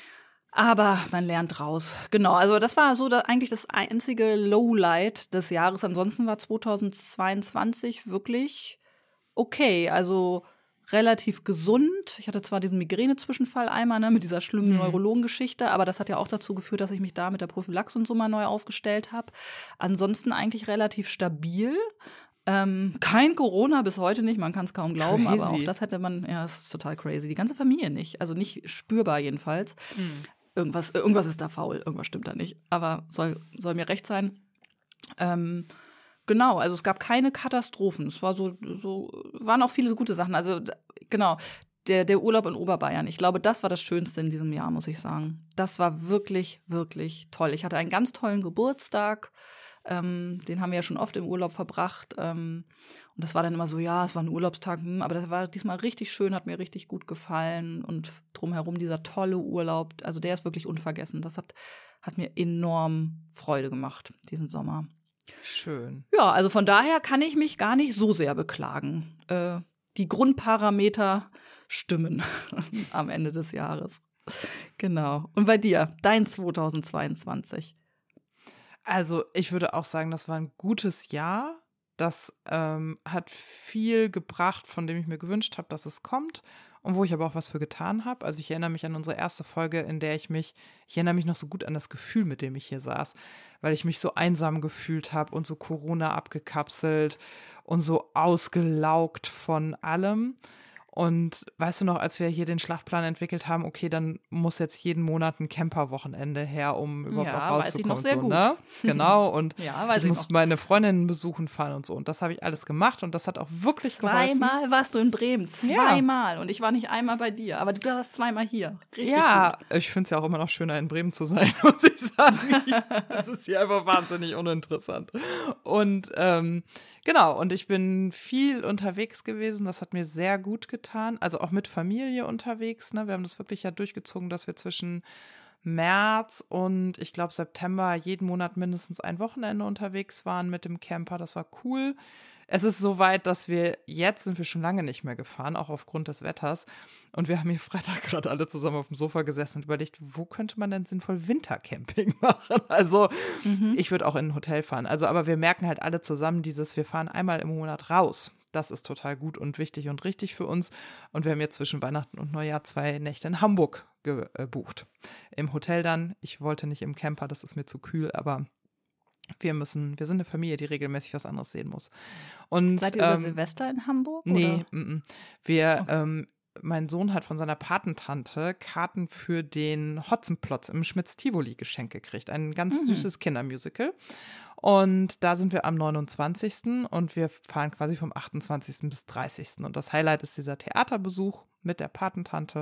Aber man lernt raus. Genau, also das war so da eigentlich das einzige Lowlight des Jahres. Ansonsten war zweitausendzweiundzwanzig wirklich okay. Also relativ gesund. Ich hatte zwar diesen Migräne-Zwischenfall einmal, ne, mit dieser schlimmen Mhm. Neurologengeschichte, aber das hat ja auch dazu geführt, dass ich mich da mit der Prophylaxe und so mal neu aufgestellt habe. Ansonsten eigentlich relativ stabil. Ähm, kein Corona bis heute nicht, man kann es kaum glauben, Crazy. aber auch das hätte man, ja, das ist total crazy. Die ganze Familie nicht, also nicht spürbar jedenfalls. Mhm. Irgendwas, irgendwas ist da faul, irgendwas stimmt da nicht. Aber soll, soll mir recht sein. Ähm, Genau, also es gab keine Katastrophen. Es war so, so waren auch viele so gute Sachen. Also d- genau, der, der Urlaub in Oberbayern. Ich glaube, das war das Schönste in diesem Jahr, muss ich sagen. Das war wirklich, wirklich toll. Ich hatte einen ganz tollen Geburtstag. Ähm, den haben wir ja schon oft im Urlaub verbracht. Ähm, und das war dann immer so, ja, es war ein Urlaubstag, hm, aber das war diesmal richtig schön, hat mir richtig gut gefallen. Und drumherum dieser tolle Urlaub, also der ist wirklich unvergessen. Das hat, hat mir enorm Freude gemacht, diesen Sommer. Schön. Ja, also von daher kann ich mich gar nicht so sehr beklagen. Äh, die Grundparameter stimmen am Ende des Jahres. Genau. Und bei dir, dein zweitausendzweiundzwanzig? Also ich würde auch sagen, das war ein gutes Jahr. Das ähm, hat viel gebracht, von dem ich mir gewünscht habe, dass es kommt. Und wo ich aber auch was für getan habe. Also ich erinnere mich an unsere erste Folge, in der ich mich, ich erinnere mich noch so gut an das Gefühl, mit dem ich hier saß, weil ich mich so einsam gefühlt habe und so Corona abgekapselt und so ausgelaugt von allem. Und weißt du noch, als wir hier den Schlachtplan entwickelt haben, okay, dann muss jetzt jeden Monat ein Camper-Wochenende her, um überhaupt Ja, noch weiß ich noch rauszukommen. sehr so, gut. ne? Genau. Und Ja, weiß ich ich musste noch. meine Freundinnen besuchen fahren und so. Und das habe ich alles gemacht und das hat auch wirklich geholfen. Zweimal warst du in Bremen. Zweimal. Und ich war nicht einmal bei dir. Aber du warst zweimal hier. Richtig Ja, gut. ich finde es ja auch immer noch schöner, in Bremen zu sein, muss ich sagen. Das ist hier einfach wahnsinnig uninteressant. Und ähm, genau, und ich bin viel unterwegs gewesen. Das hat mir sehr gut getan. Also auch mit Familie unterwegs. Ne? Wir haben das wirklich ja durchgezogen, dass wir zwischen März und ich glaube September jeden Monat mindestens ein Wochenende unterwegs waren mit dem Camper. Das war cool. Es ist so weit, dass wir jetzt sind wir schon lange nicht mehr gefahren, auch aufgrund des Wetters. Und wir haben hier Freitag gerade alle zusammen auf dem Sofa gesessen und überlegt, wo könnte man denn sinnvoll Wintercamping machen? Also Mhm. ich würde auch in ein Hotel fahren. Also aber wir merken halt alle zusammen dieses, wir fahren einmal im Monat raus. Das ist total gut und wichtig und richtig für uns. Und wir haben jetzt zwischen Weihnachten und Neujahr zwei Nächte in Hamburg gebucht. Im Hotel dann. Ich wollte nicht im Camper, das ist mir zu kühl, aber wir müssen, wir sind eine Familie, die regelmäßig was anderes sehen muss. Und, Seid ihr über ähm, Silvester in Hamburg? Nee, Oder? m -m. wir, Okay. ähm, mein Sohn hat von seiner Patentante Karten für den Hotzenplotz im Schmitz-Tivoli geschenkt gekriegt. Ein ganz Mhm. süßes Kindermusical. Und da sind wir am neunundzwanzigsten und wir fahren quasi vom achtundzwanzigsten bis dreißigsten Und das Highlight ist dieser Theaterbesuch mit der Patentante.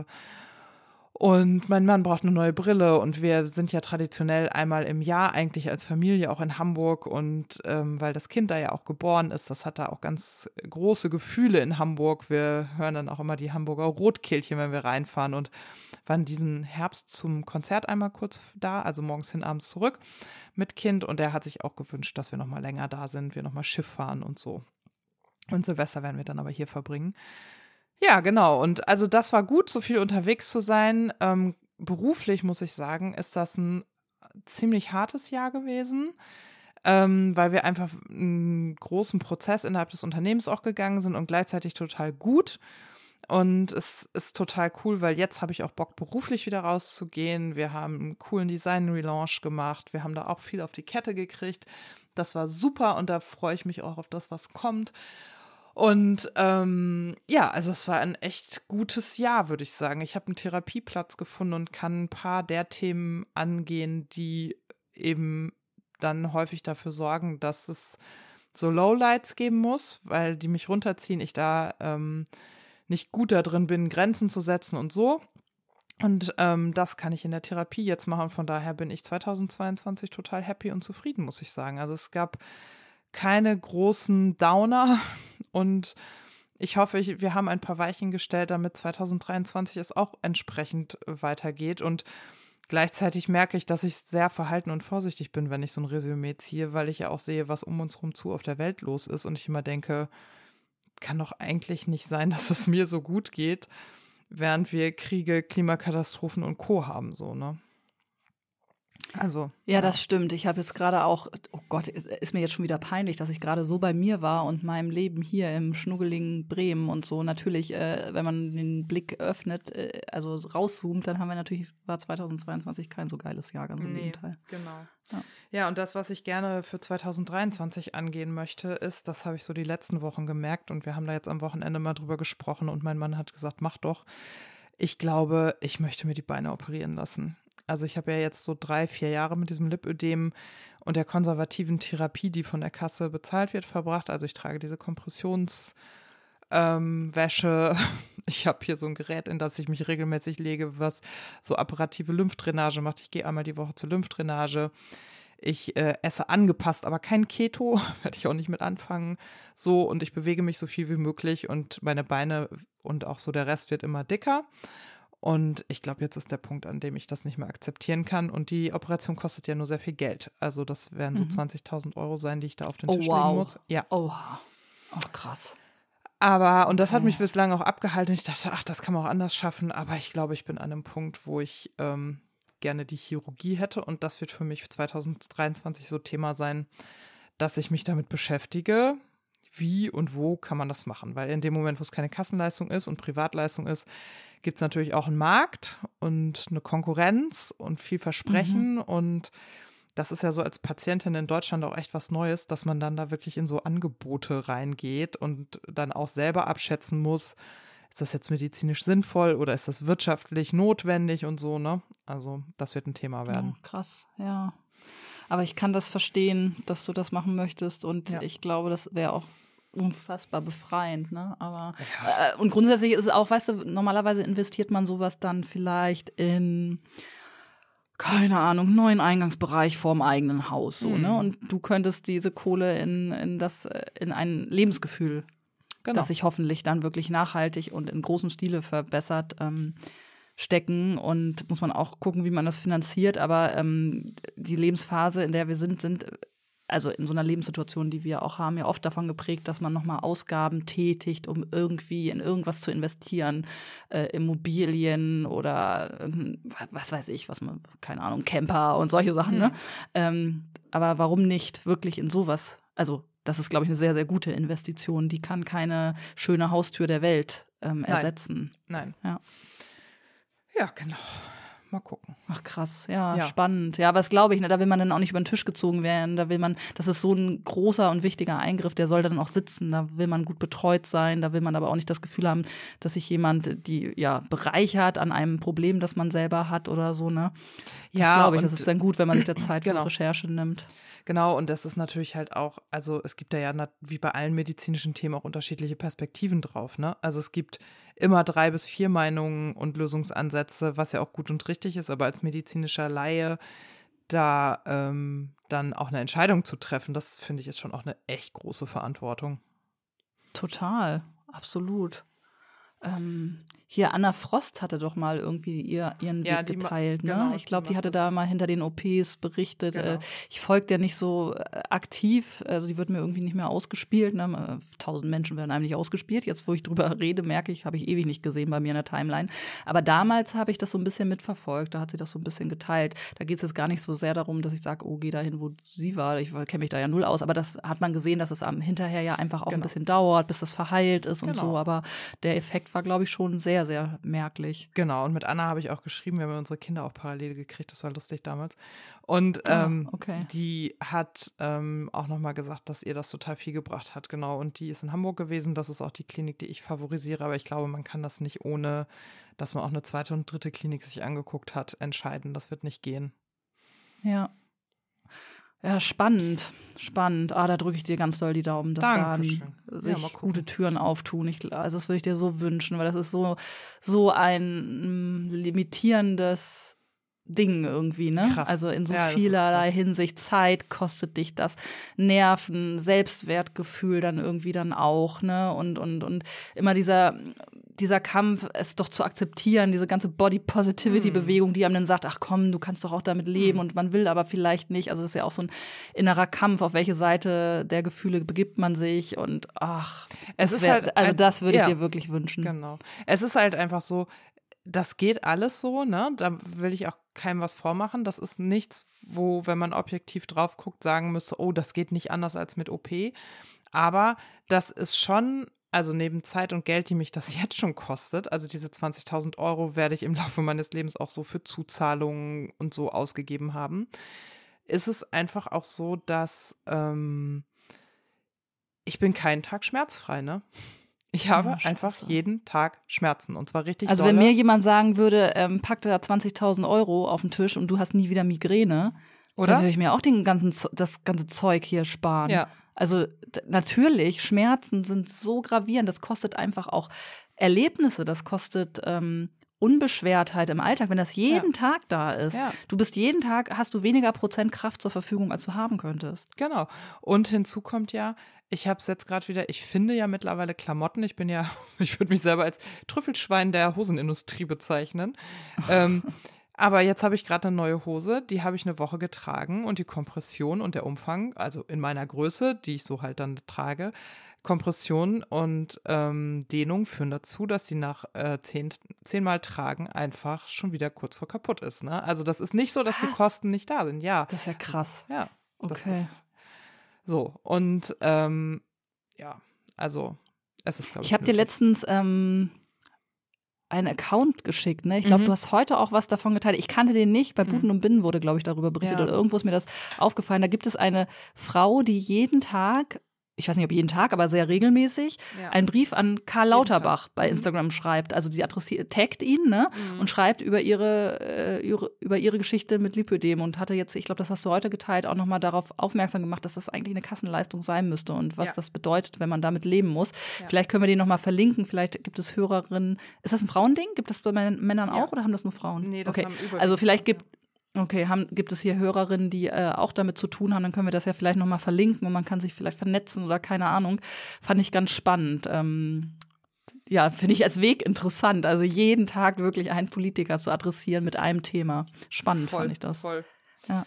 Und mein Mann braucht eine neue Brille und wir sind ja traditionell einmal im Jahr eigentlich als Familie auch in Hamburg und ähm, weil das Kind da ja auch geboren ist, das hat da auch ganz große Gefühle in Hamburg. Wir hören dann auch immer die Hamburger Rotkehlchen, wenn wir reinfahren und waren diesen Herbst zum Konzert einmal kurz da, also morgens hin, abends zurück mit Kind und der hat sich auch gewünscht, dass wir noch mal länger da sind, wir noch mal Schiff fahren und so. Und Silvester werden wir dann aber hier verbringen. Ja, genau. Und also das war gut, so viel unterwegs zu sein. Ähm, beruflich, muss ich sagen, ist das ein ziemlich hartes Jahr gewesen, ähm, weil wir einfach einen großen Prozess innerhalb des Unternehmens auch gegangen sind und gleichzeitig total gut. Und es ist total cool, weil jetzt habe ich auch Bock, beruflich wieder rauszugehen. Wir haben einen coolen Design-Relaunch gemacht. Wir haben da auch viel auf die Kette gekriegt. Das war super und da freue ich mich auch auf das, was kommt. Und ähm, ja, also es war ein echt gutes Jahr, würde ich sagen. Ich habe einen Therapieplatz gefunden und kann ein paar der Themen angehen, die eben dann häufig dafür sorgen, dass es so Lowlights geben muss, weil die mich runterziehen, ich da ähm, nicht gut da drin bin, Grenzen zu setzen und so. Und ähm, das kann ich in der Therapie jetzt machen. Von daher bin ich zweitausendzweiundzwanzig total happy und zufrieden, muss ich sagen. Also es gab keine großen Downer und ich hoffe, ich, wir haben ein paar Weichen gestellt, damit zweitausenddreiundzwanzig es auch entsprechend weitergeht. Und gleichzeitig merke ich, dass ich sehr verhalten und vorsichtig bin, wenn ich so ein Resümee ziehe, weil ich ja auch sehe, was um uns herum zu auf der Welt los ist. Und ich immer denke, kann doch eigentlich nicht sein, dass es mir so gut geht, während wir Kriege, Klimakatastrophen und Co. haben, so, ne? Also. Ja, ja. das stimmt. Ich habe jetzt gerade auch, oh Gott, ist, ist mir jetzt schon wieder peinlich, dass ich gerade so bei mir war und meinem Leben hier im schnuggeligen Bremen und so. Natürlich, äh, wenn man den Blick öffnet, äh, also rauszoomt, dann haben wir natürlich, war zweitausendzweiundzwanzig kein so geiles Jahr, ganz im Nee, Gegenteil. genau. Ja. Ja, und das, was ich gerne für zweitausenddreiundzwanzig angehen möchte, ist, das habe ich so die letzten Wochen gemerkt und wir haben da jetzt am Wochenende mal drüber gesprochen und mein Mann hat gesagt, mach doch. Ich glaube, ich möchte mir die Beine operieren lassen. Also ich habe ja jetzt so drei, vier Jahre mit diesem Lipödem und der konservativen Therapie, die von der Kasse bezahlt wird, verbracht. Also ich trage diese Kompressionswäsche. Ähm, ich habe hier so ein Gerät, in das ich mich regelmäßig lege, was so apparative Lymphdrainage macht. Ich gehe einmal die Woche zur Lymphdrainage. Ich äh, esse angepasst, aber kein Keto, werde ich auch nicht mit anfangen. So, und ich bewege mich so viel wie möglich und meine Beine und auch so der Rest wird immer dicker. Und ich glaube, jetzt ist der Punkt, an dem ich das nicht mehr akzeptieren kann. Und die Operation kostet ja nur sehr viel Geld. Also das werden so Mhm. zwanzigtausend Euro sein, die ich da auf den Oh, Tisch wow. legen muss. Ja. Oh, oh krass. Aber, und das hat Okay. mich bislang auch abgehalten. Ich dachte, ach, das kann man auch anders schaffen. Aber ich glaube, ich bin an einem Punkt, wo ich ähm, gerne die Chirurgie hätte. Und das wird für mich zweitausenddreiundzwanzig so Thema sein, dass ich mich damit beschäftige. Wie und wo kann man das machen? Weil in dem Moment, wo es keine Kassenleistung ist und Privatleistung ist, gibt es natürlich auch einen Markt und eine Konkurrenz und viel Versprechen. Mhm. Und das ist ja so als Patientin in Deutschland auch echt was Neues, dass man dann da wirklich in so Angebote reingeht und dann auch selber abschätzen muss, ist das jetzt medizinisch sinnvoll oder ist das wirtschaftlich notwendig und so, ne? Also das wird ein Thema werden. Oh, krass, ja. Aber ich kann das verstehen, dass du das machen möchtest und ja. Ich glaube, das wäre auch unfassbar befreiend, ne? Aber ja. äh, und grundsätzlich ist es auch, weißt du, normalerweise investiert man sowas dann vielleicht in, keine Ahnung, einen neuen Eingangsbereich vorm eigenen Haus, so, mhm. ne? Und du könntest diese Kohle in, in das, in ein Lebensgefühl, genau. das sich hoffentlich dann wirklich nachhaltig und in großem Stile verbessert, ähm, stecken und muss man auch gucken, wie man das finanziert. Aber ähm, die Lebensphase, in der wir sind, sind also in so einer Lebenssituation, die wir auch haben, ja oft davon geprägt, dass man nochmal Ausgaben tätigt, um irgendwie in irgendwas zu investieren, äh, Immobilien oder äh, was weiß ich, was man, keine Ahnung, Camper und solche Sachen. Mhm. Ne? Ähm, aber warum nicht wirklich in sowas? Also das ist, glaube ich, eine sehr, sehr gute Investition. Die kann keine schöne Haustür der Welt ähm, ersetzen. Nein. Nein. Ja. Ja, genau. Mal gucken. Ach krass, ja, ja. spannend. Ja, aber das glaube ich, ne, da will man dann auch nicht über den Tisch gezogen werden. Da will man, das ist so ein großer und wichtiger Eingriff, der soll dann auch sitzen. Da will man gut betreut sein. Da will man aber auch nicht das Gefühl haben, dass sich jemand die ja bereichert an einem Problem, das man selber hat oder so, ne? Das ja, glaube ich, das ist dann gut, wenn man sich da Zeit genau. für Recherche nimmt. Genau, und das ist natürlich halt auch, also es gibt da ja wie bei allen medizinischen Themen auch unterschiedliche Perspektiven drauf, ne? Also es gibt immer drei bis vier Meinungen und Lösungsansätze, was ja auch gut und richtig ist, aber als medizinischer Laie da ähm, dann auch eine Entscheidung zu treffen, das finde ich ist schon auch eine echt große Verantwortung. Total, absolut. Ähm, hier Anna Frost hatte doch mal irgendwie ihr, ihren ja, Weg die geteilt, ma- ne? genau, Ich glaube, die die hatte macht da das. mal hinter den O Ps berichtet. Genau. Äh, ich folge der nicht so äh, aktiv, also die wird mir irgendwie nicht mehr ausgespielt. Ne? Tausend Menschen werden einem nicht ausgespielt. Jetzt, wo ich drüber rede, merke ich, habe ich ewig nicht gesehen bei mir in der Timeline. Aber damals habe ich das so ein bisschen mitverfolgt, da hat sie das so ein bisschen geteilt. Da geht es jetzt gar nicht so sehr darum, dass ich sage, oh, geh dahin, wo sie war. Ich kenne mich da ja null aus, aber das hat man gesehen, dass es am hinterher ja einfach auch Genau. ein bisschen dauert, bis das verheilt ist und Genau. so. Aber der Effekt war, glaube ich, schon sehr, sehr merklich. Genau, und mit Anna habe ich auch geschrieben, wir haben ja unsere Kinder auch parallel gekriegt, das war lustig damals. Und ähm, oh, okay. die hat ähm, auch nochmal gesagt, dass ihr das total viel gebracht hat, genau. Und die ist in Hamburg gewesen, das ist auch die Klinik, die ich favorisiere, aber ich glaube, man kann das nicht ohne, dass man auch eine zweite und dritte Klinik sich angeguckt hat, entscheiden. Das wird nicht gehen. Ja. Ja, spannend. Spannend. Ah, da drücke ich dir ganz doll die Daumen, dass Dankeschön. da sich Ja, gute Türen auftun. Ich, also das würde ich dir so wünschen, weil das ist so, so ein mm, limitierendes Ding irgendwie, ne? Krass. Also in so Ja, das ist vielerlei krass. Hinsicht. Zeit kostet dich das, Nerven, Selbstwertgefühl dann irgendwie dann auch, ne? Und, und, und immer dieser, dieser Kampf, es doch zu akzeptieren, diese ganze Body-Positivity-Bewegung, die einem dann sagt, ach komm, du kannst doch auch damit leben, und man will aber vielleicht nicht. Also das ist ja auch so ein innerer Kampf, auf welche Seite der Gefühle begibt man sich, und ach, Es das ist wär, halt also ein- das würde ich ja. dir wirklich wünschen. Genau. Es ist halt einfach so, das geht alles so, ne? Da will ich auch keinem was vormachen. Das ist nichts, wo, wenn man objektiv drauf guckt, sagen müsste, oh, das geht nicht anders als mit O P. Aber das ist schon, also neben Zeit und Geld, die mich das jetzt schon kostet, also diese zwanzigtausend Euro werde ich im Laufe meines Lebens auch so für Zuzahlungen und so ausgegeben haben, ist es einfach auch so, dass ähm, ich bin keinen Tag schmerzfrei, ne? Ich habe Ja, einfach scheiße. jeden Tag Schmerzen, und zwar richtig Also dolle. wenn mir jemand sagen würde, ähm, pack da zwanzigtausend Euro auf den Tisch und du hast nie wieder Migräne, Oder? dann würde ich mir auch den ganzen, Z- das ganze Zeug hier sparen. Ja. Also d- natürlich, Schmerzen sind so gravierend, das kostet einfach auch Erlebnisse, das kostet ähm, Unbeschwertheit im Alltag, wenn das jeden Ja. Tag da ist. Ja. Du bist jeden Tag, hast du weniger Prozent Kraft zur Verfügung, als du haben könntest. Genau. Und hinzu kommt ja, ich habe es jetzt gerade wieder, ich finde ja mittlerweile Klamotten. Ich bin ja, ich würde mich selber als Trüffelschwein der Hosenindustrie bezeichnen. ähm, aber jetzt habe ich gerade eine neue Hose, die habe ich eine Woche getragen, und die Kompression und der Umfang, also in meiner Größe, die ich so halt dann trage, Kompression und ähm, Dehnung führen dazu, dass die nach äh, zehn, zehnmal Tragen einfach schon wieder kurz vor kaputt ist. Ne? Also das ist nicht so, dass die Was? Kosten nicht da sind. Ja, Das ist ja krass. ja. Das Okay. ist so. Und ähm, ja, also es ist, glaube ich, Ich habe dir nötig. letztens ähm, einen Account geschickt, ne? Ich glaube, Mhm. du hast heute auch was davon geteilt. Ich kannte den nicht. Bei Mhm. Buten und Binnen wurde, glaube ich, darüber berichtet. Ja. Oder irgendwo ist mir das aufgefallen. Da gibt es eine Frau, die jeden Tag, ich weiß nicht, ob jeden Tag, aber sehr regelmäßig, Ja. einen Brief an Karl Jeden Lauterbach Tag. bei Mhm. Instagram schreibt. Also sie adressiert, taggt ihn, ne? Mhm. Und schreibt über ihre, äh, ihre, über ihre Geschichte mit Lipödem, und hatte jetzt, ich glaube, das hast du heute geteilt, auch nochmal darauf aufmerksam gemacht, dass das eigentlich eine Kassenleistung sein müsste und was Ja. das bedeutet, wenn man damit leben muss. Ja. Vielleicht können wir den nochmal verlinken. Vielleicht gibt es Hörerinnen. Ist das ein Frauending? Gibt das bei Män- Männern Ja. auch, oder haben das nur Frauen? Nee, das okay. haben überwiegend Also vielleicht Frauen, gibt Okay, haben, gibt es hier Hörerinnen, die äh, auch damit zu tun haben, dann können wir das ja vielleicht nochmal verlinken und man kann sich vielleicht vernetzen oder keine Ahnung. Fand ich ganz spannend. Ähm, ja, finde ich als Weg interessant. Also jeden Tag wirklich einen Politiker zu adressieren mit einem Thema. Spannend voll, fand ich das. Voll. Ja.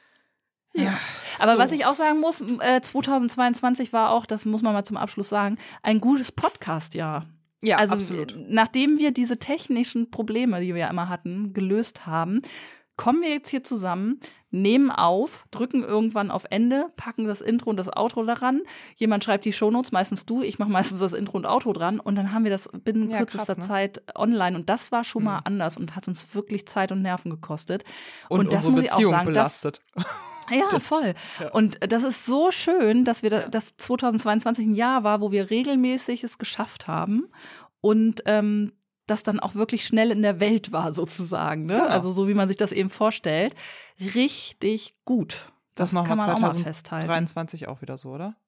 Ja. Aber so. was ich auch sagen muss, äh, zweitausendzweiundzwanzig war auch, das muss man mal zum Abschluss sagen, ein gutes Podcast-Jahr. Ja, Also absolut. äh, nachdem wir diese technischen Probleme, die wir ja immer hatten, gelöst haben, kommen wir jetzt hier zusammen, nehmen auf, drücken irgendwann auf Ende, packen das Intro und das Outro daran. Jemand schreibt die Shownotes, meistens du, ich mache meistens das Intro und Outro dran, und dann haben wir das binnen Ja, kürzester krass, ne? Zeit online, und das war schon mal Mhm. anders und hat uns wirklich Zeit und Nerven gekostet. Und, und das unsere muss ich auch Beziehung sagen, das- belastet. Ja, voll. Ja. Und das ist so schön, dass wir da, Ja. dass zweitausendzweiundzwanzig ein Jahr war, wo wir regelmäßig es geschafft haben und ähm, das dann auch wirklich schnell in der Welt war, sozusagen. Ne? Genau. Also so wie man sich das eben vorstellt. Richtig gut. Das, Das, machen kann wir man auch mal festhalten. zweitausenddreiundzwanzig auch wieder so, oder?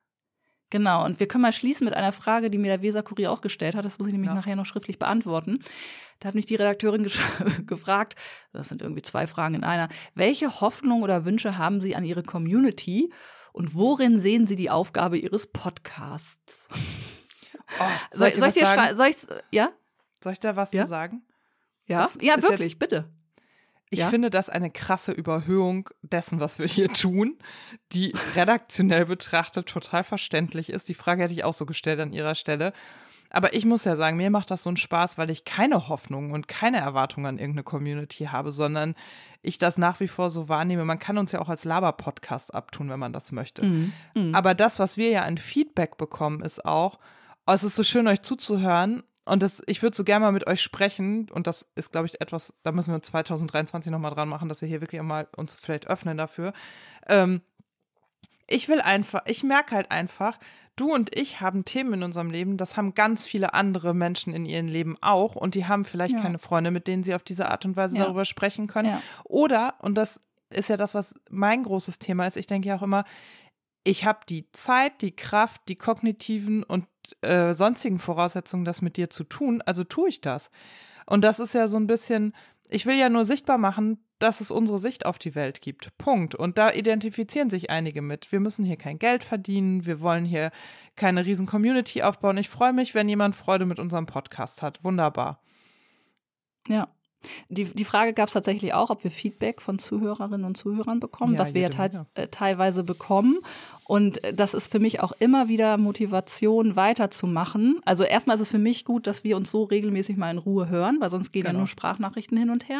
Genau, und wir können mal schließen mit einer Frage, die mir der Weser-Kurier auch gestellt hat. Das muss ich nämlich Ja. nachher noch schriftlich beantworten. Da hat mich die Redakteurin gesch- gefragt, das sind irgendwie zwei Fragen in einer, welche Hoffnung oder Wünsche haben Sie an Ihre Community und worin sehen Sie die Aufgabe Ihres Podcasts? Oh, Soll, dir soll ich was dir sagen? schreiben? Soll ich, ja? Soll ich da was Ja? zu sagen? Ja, Das ja ist wirklich, bitte. Ich Ja? finde das eine krasse Überhöhung dessen, was wir hier tun, die redaktionell betrachtet total verständlich ist. Die Frage hätte ich auch so gestellt an ihrer Stelle. Aber ich muss ja sagen, mir macht das so einen Spaß, weil ich keine Hoffnung und keine Erwartung an irgendeine Community habe, sondern ich das nach wie vor so wahrnehme. Man kann uns ja auch als Laber-Podcast abtun, wenn man das möchte. Mhm. Mhm. Aber das, was wir ja an Feedback bekommen, ist auch, oh, es ist so schön, euch zuzuhören. Und das, ich würde so gerne mal mit euch sprechen. Und das ist, glaube ich, etwas, da müssen wir zweitausenddreiundzwanzig nochmal dran machen, dass wir hier wirklich mal uns vielleicht öffnen dafür. Ähm, ich will einfach, ich merke halt einfach, du und ich haben Themen in unserem Leben, das haben ganz viele andere Menschen in ihrem Leben auch. Und die haben vielleicht Ja. keine Freunde, mit denen sie auf diese Art und Weise Ja. darüber sprechen können. Ja. Oder, und das ist ja das, was mein großes Thema ist. Ich denke ja auch immer, ich habe die Zeit, die Kraft, die kognitiven und äh, sonstigen Voraussetzungen, das mit dir zu tun, also tue ich das. Und das ist ja so ein bisschen, ich will ja nur sichtbar machen, dass es unsere Sicht auf die Welt gibt. Punkt. Und da identifizieren sich einige mit. Wir müssen hier kein Geld verdienen, wir wollen hier keine riesen Community aufbauen. Ich freue mich, wenn jemand Freude mit unserem Podcast hat. Wunderbar. Ja. Die, die Frage gab es tatsächlich auch, ob wir Feedback von Zuhörerinnen und Zuhörern bekommen, Ja, was wir ja jede teils, Menge. äh, teilweise bekommen. Und äh, das ist für mich auch immer wieder Motivation, weiterzumachen. Also erstmal ist es für mich gut, dass wir uns so regelmäßig mal in Ruhe hören, weil sonst gehen Genau. ja nur Sprachnachrichten hin und her.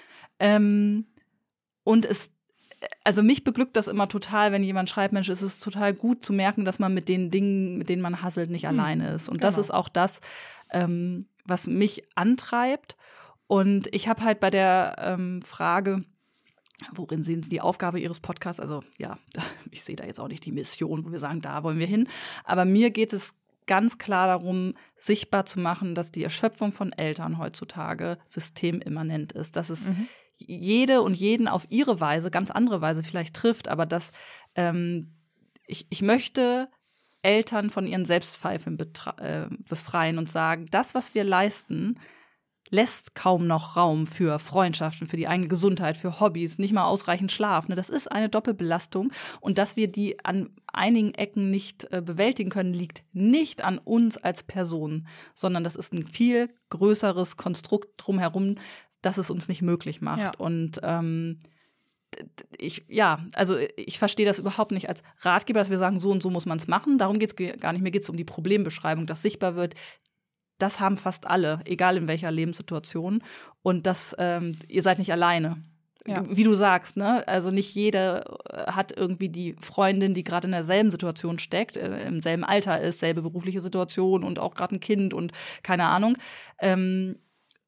Ähm, und es, also mich beglückt das immer total, wenn jemand schreibt, Mensch, es ist total gut zu merken, dass man mit den Dingen, mit denen man hasselt, nicht Hm, alleine ist. Und das genau. ist auch das, ähm, was mich antreibt. Und ich habe halt bei der ähm, Frage, worin sehen Sie die Aufgabe Ihres Podcasts? Also ja, ich sehe da jetzt auch nicht die Mission, wo wir sagen, da wollen wir hin. Aber mir geht es ganz klar darum, sichtbar zu machen, dass die Erschöpfung von Eltern heutzutage systemimmanent ist. Dass es Mhm. jede und jeden auf ihre Weise, ganz andere Weise vielleicht trifft. Aber dass ähm, ich, ich möchte Eltern von ihren Selbstzweifeln betra- äh, befreien und sagen, das, was wir leisten, lässt kaum noch Raum für Freundschaften, für die eigene Gesundheit, für Hobbys, nicht mal ausreichend Schlaf. Ne? Das ist eine Doppelbelastung. Und dass wir die an einigen Ecken nicht äh, bewältigen können, liegt nicht an uns als Person, sondern das ist ein viel größeres Konstrukt drumherum, das es uns nicht möglich macht. Ja. Und ähm, ich, ja, also ich verstehe das überhaupt nicht als Ratgeber, dass wir sagen, so und so muss man es machen. Darum geht es gar nicht. Mir geht es um die Problembeschreibung, dass sichtbar wird, das haben fast alle, egal in welcher Lebenssituation. Und das, ähm, ihr seid nicht alleine. Ja. Wie du sagst, ne? Also nicht jeder hat irgendwie die Freundin, die gerade in derselben Situation steckt, äh, im selben Alter ist, selbe berufliche Situation und auch gerade ein Kind und keine Ahnung. Ähm,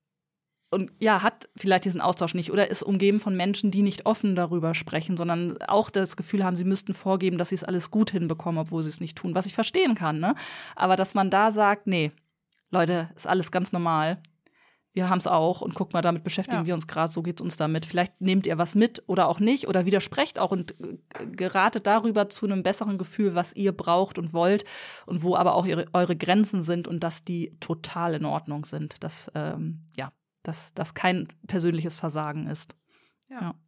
und ja, hat vielleicht diesen Austausch nicht oder ist umgeben von Menschen, die nicht offen darüber sprechen, sondern auch das Gefühl haben, sie müssten vorgeben, dass sie es alles gut hinbekommen, obwohl sie es nicht tun, was ich verstehen kann, ne? Aber dass man da sagt, nee, Leute, ist alles ganz normal. Wir haben es auch und guckt mal, damit beschäftigen Ja. wir uns gerade, so geht's uns damit. Vielleicht nehmt ihr was mit oder auch nicht oder widersprecht auch und äh, geratet darüber zu einem besseren Gefühl, was ihr braucht und wollt und wo aber auch ihre, eure Grenzen sind und dass die total in Ordnung sind. Dass, ähm, ja, dass das kein persönliches Versagen ist. Ja. Ja.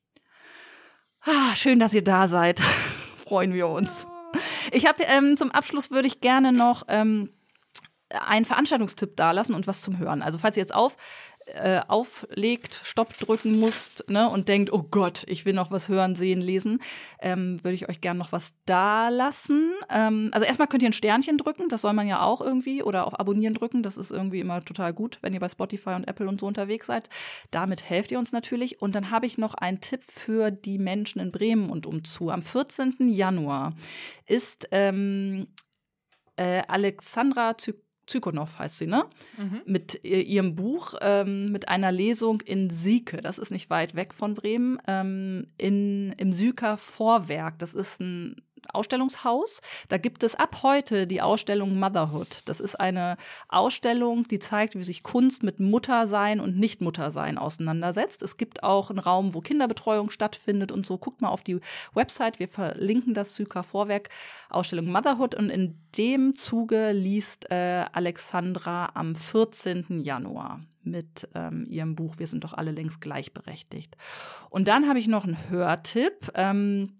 Ah, schön, dass ihr da seid. Freuen wir uns. Ich habe ähm, zum Abschluss würde ich gerne noch ähm, einen Veranstaltungstipp dalassen und was zum Hören. Also falls ihr jetzt auf, äh, auflegt, Stopp drücken musst, ne, und denkt, oh Gott, ich will noch was hören, sehen, lesen, ähm, würde ich euch gerne noch was dalassen. Ähm, also erstmal könnt ihr ein Sternchen drücken, das soll man ja auch irgendwie, oder auf Abonnieren drücken, das ist irgendwie immer total gut, wenn ihr bei Spotify und Apple und so unterwegs seid. Damit helft ihr uns natürlich. Und dann habe ich noch einen Tipp für die Menschen in Bremen und umzu. Am vierzehnten Januar ist ähm, äh, Alexandra Zyk Zykonow heißt sie, ne? Mhm. Mit ihrem Buch, ähm, mit einer Lesung in Sieke. Das ist nicht weit weg von Bremen. Ähm, in, im Syker Vorwerk. Das ist ein Ausstellungshaus. Da gibt es ab heute die Ausstellung Motherhood. Das ist eine Ausstellung, die zeigt, wie sich Kunst mit Muttersein und Nicht-Muttersein auseinandersetzt. Es gibt auch einen Raum, wo Kinderbetreuung stattfindet und so. Guckt mal auf die Website. Wir verlinken das Syker Vorwerk, Ausstellung Motherhood. Und in dem Zuge liest äh, Alexandra am vierzehnten Januar mit ähm, ihrem Buch Wir sind doch alle längst gleichberechtigt. Und dann habe ich noch einen Hörtipp. Ähm,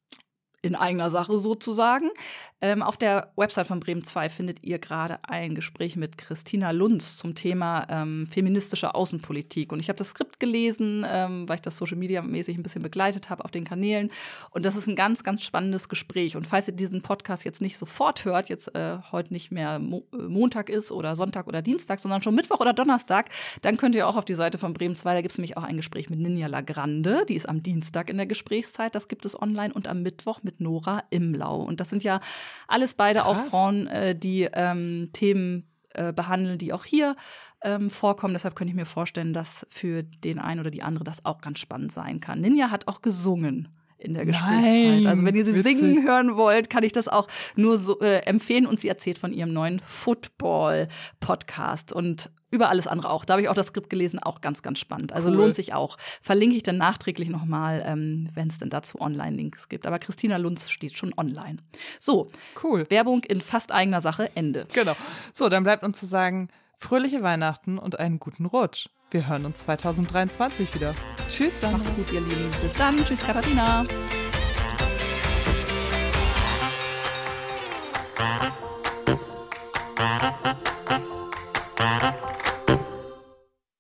in eigener Sache sozusagen. Ähm, auf der Website von Bremen zwei findet ihr gerade ein Gespräch mit Christina Lunz zum Thema ähm, feministische Außenpolitik. Und ich habe das Skript gelesen, ähm, weil ich das Social-Media-mäßig ein bisschen begleitet habe auf den Kanälen. Und das ist ein ganz, ganz spannendes Gespräch. Und falls ihr diesen Podcast jetzt nicht sofort hört, jetzt äh, heute nicht mehr Mo- Montag ist oder Sonntag oder Dienstag, sondern schon Mittwoch oder Donnerstag, dann könnt ihr auch auf die Seite von Bremen zwei, da gibt es nämlich auch ein Gespräch mit Ninja Lagrande. Die ist am Dienstag in der Gesprächszeit, das gibt es online. Und am Mittwoch mit Nora Imlau. Und das sind ja alles beide Krass. Auch Frauen, äh, die ähm, Themen äh, behandeln, die auch hier ähm, vorkommen. Deshalb könnte ich mir vorstellen, dass für den einen oder die andere das auch ganz spannend sein kann. Ninja hat auch gesungen in der Gesprächszeit. Nein, also wenn ihr sie witzig. singen hören wollt, kann ich das auch nur so äh, empfehlen. Und sie erzählt von ihrem neuen Football-Podcast. Und über alles andere auch. Da habe ich auch das Skript gelesen, auch ganz, ganz spannend. Also Cool. lohnt sich auch. Verlinke ich dann nachträglich nochmal, ähm, wenn es denn dazu Online-Links gibt. Aber Christina Lunz steht schon online. So, Cool. Werbung in fast eigener Sache, Ende. Genau. So, dann bleibt uns zu sagen, fröhliche Weihnachten und einen guten Rutsch. Wir hören uns zwanzig dreiundzwanzig wieder. Tschüss, Sandra. Macht's gut, ihr Lieben. Bis dann. Tschüss, Katharina. Bye.